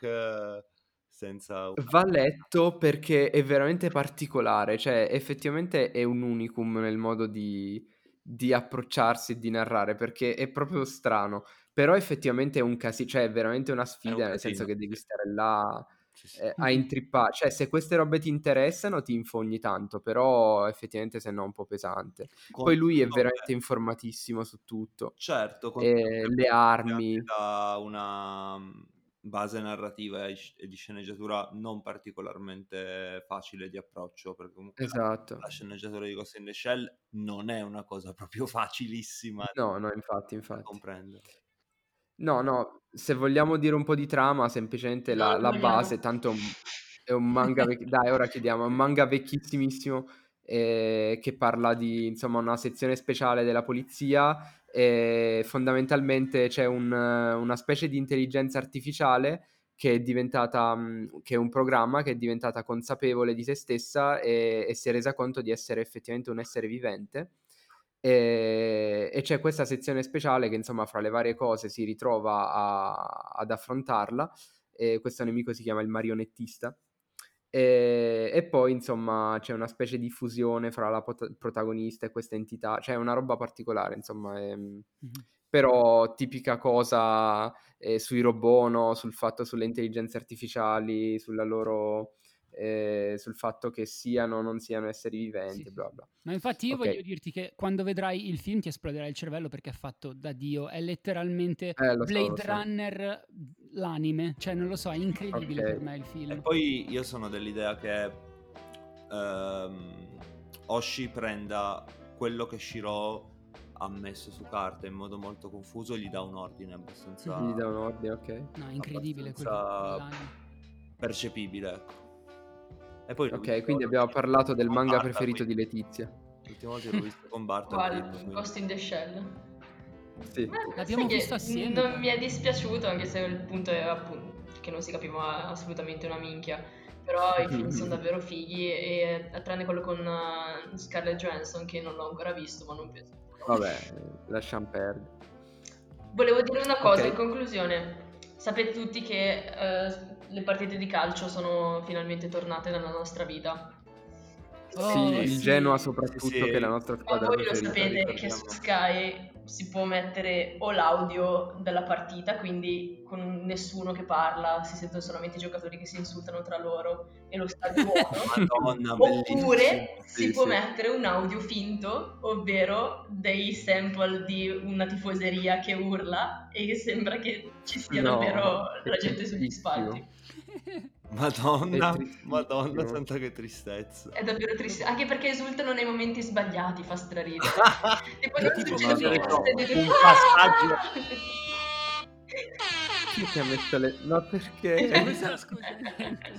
senza una... va letto perché è veramente particolare, cioè effettivamente è un unicum nel modo di approcciarsi e di narrare, perché è proprio strano, però effettivamente è un casino, cioè è veramente una È un sfida, nel senso casino, che devi sì. stare là. Sì, sì. a intrippare. Cioè, se queste robe ti interessano, ti infogni tanto, però effettivamente se no è un po' pesante. Con Poi lui è tutto veramente che- informatissimo su tutto. Certo, con tutto che Le anche armi, da una base narrativa e di sceneggiatura non particolarmente facile di approccio, perché comunque esatto. la sceneggiatura di Ghost in the Shell non è una cosa proprio facilissima No, no, infatti, da infatti. comprendere. No, no, se vogliamo dire un po' di trama, semplicemente Non lo la base, vogliamo. tanto è un manga dai, ora chiudiamo, è un manga vecchissimissimo, che parla di, insomma, una sezione speciale della polizia, e fondamentalmente c'è una specie di intelligenza artificiale che è diventata, che è un programma che è diventata consapevole di se stessa e si è resa conto di essere effettivamente un essere vivente. E c'è questa sezione speciale che, insomma, fra le varie cose si ritrova ad affrontarla. E questo nemico si chiama il marionettista. E poi, insomma, c'è una specie di fusione fra la protagonista e questa entità. Cioè, è una roba particolare, insomma. Mhm. Però tipica cosa sui robot, no? Sul fatto, sulle intelligenze artificiali, sulla loro... sul fatto che siano o non siano esseri Sì, viventi, sì, bla sì. bla. Ma infatti io Ok. voglio dirti che quando vedrai il film ti esploderà il cervello perché è fatto da Dio, è letteralmente Lo so, lo Blade so. Runner l'anime, cioè non lo so, è incredibile per Ok. me il E film. poi io sono dell'idea che Oshii prenda quello che Shiro ha messo su carta in modo molto confuso e gli dà un ordine abbastanza, Gli dà un ordine, ok. No, è incredibile abbastanza quell'anime. percepibile, ecco. E poi l'ho Ok, visto, quindi l'ho abbiamo visto parlato del con manga Barta, preferito di quindi Letizia. l'ultima volta che l'ho visto con Barta al Quale? film, quindi Ghost in the Shell. Sì. Ma L'abbiamo sai visto che assieme, non poi. mi è dispiaciuto, anche se il punto è appunto che non si capiva assolutamente una minchia. Però i film sono davvero fighi e tranne quello con Scarlett Johansson che non l'ho ancora visto, ma non penso. Vabbè, lasciamo perdere. Volevo dire una cosa in Ok. conclusione. Sapete tutti che le partite di calcio sono finalmente tornate nella nostra vita. Sì, Oh, il sì. Genoa sì, soprattutto, che è la sì, nostra Ma squadra voi lo preferita, sapete che su ricordiamo. Sky si può mettere o l'audio della partita, quindi con nessuno che parla, si sentono solamente i giocatori che si insultano tra loro e lo stadio vuoto. Madonna, bellissimo. Oppure si Sì, può sì. mettere un audio finto, ovvero dei sample di una tifoseria che urla e sembra che ci sia davvero No, è la gente sugli spalti. tristissimo. È Madonna, Madonna tristissimo. santa che tristezza. È davvero triste, anche perché esultano nei momenti sbagliati, fa straridere. Tipo non Tipo succede così. niente, No, dite un passaggio. Chi è che ha messo le... Ma perché? Cioè, questa scusa, niente.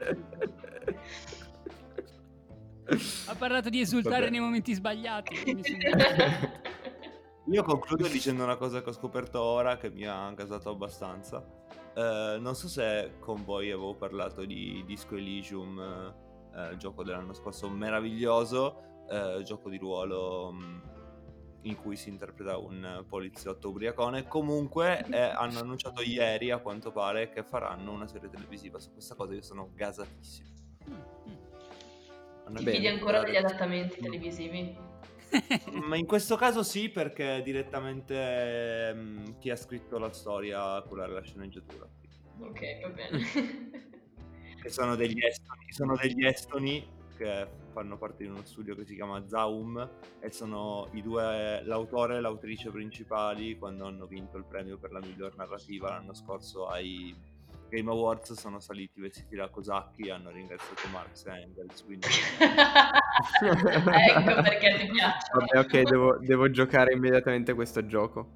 Ha parlato di esultare Vabbè. nei momenti sbagliati. e mi sono- Io concludo dicendo una cosa che ho scoperto ora che mi ha gasato abbastanza. Non so se con voi avevo parlato di Disco Elysium, il gioco dell'anno scorso, meraviglioso, gioco di ruolo in cui si interpreta un poliziotto ubriacone. Comunque hanno annunciato ieri, a quanto pare, che faranno una serie televisiva su questa cosa. Io sono gasatissimo. Hanno Ti Bene. fidi ancora degli adesso- adattamenti televisivi? Ma in questo caso sì, perché è direttamente chi ha scritto la storia a curare la sceneggiatura. Ok, va bene. Che sono degli estoni che fanno parte di uno studio che si chiama Zaum e sono i due, l'autore e l'autrice principali quando hanno vinto il premio per la miglior narrativa l'anno scorso ai Game Awards. Sono saliti vestiti da cosacchi e hanno ringraziato Marx e Engels, quindi Ecco perché ti piacciono. Vabbè, ok, devo giocare immediatamente questo gioco.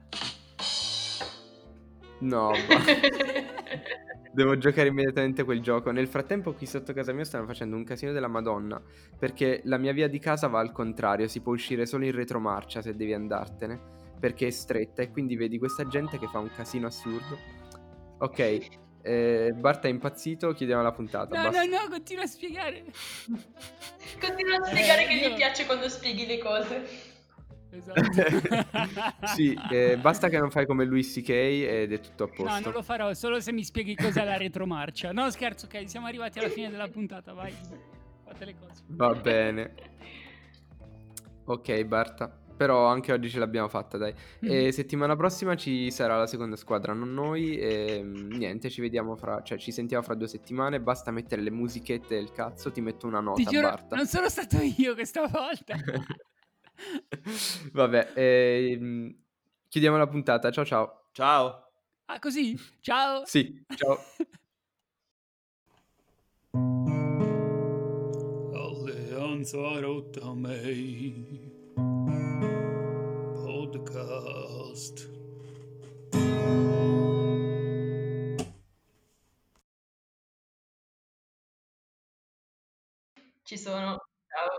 No, devo giocare immediatamente quel gioco. Nel frattempo qui sotto casa mia stanno facendo un casino della Madonna, perché la mia via di casa va al contrario, si può uscire solo in retromarcia se devi andartene, perché è stretta e quindi vedi questa gente che fa un casino assurdo. Ok, Bart è impazzito, chiudiamo la puntata. No, basta. no, continua a spiegare. Continua a spiegare che io- gli piace quando spieghi le cose. Esatto. Sì, basta che non fai come Louis C.K. ed è tutto a No, posto. non lo farò, solo se mi spieghi cos'è la retromarcia. No, scherzo, ok, siamo arrivati alla fine della puntata, vai. Fate le cose. Va bene. Ok, Barta. Però anche oggi ce l'abbiamo fatta, dai. Mhm. E settimana prossima ci sarà la seconda squadra, non noi. E niente, ci sentiamo fra 2 settimane. Basta mettere le musichette del cazzo. Ti metto una Ti nota, giuro, Barta. non sono stato io questa volta. Vabbè, chiudiamo la puntata. Ciao ciao. Ciao. Ah, così? Ciao. Sì, ciao. Alleanza Rottamei Podcast. Ci sono. Ciao.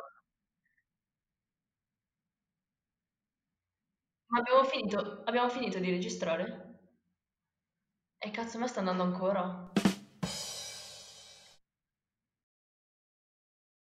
Ma abbiamo finito di registrare? E cazzo, a me sta andando ancora.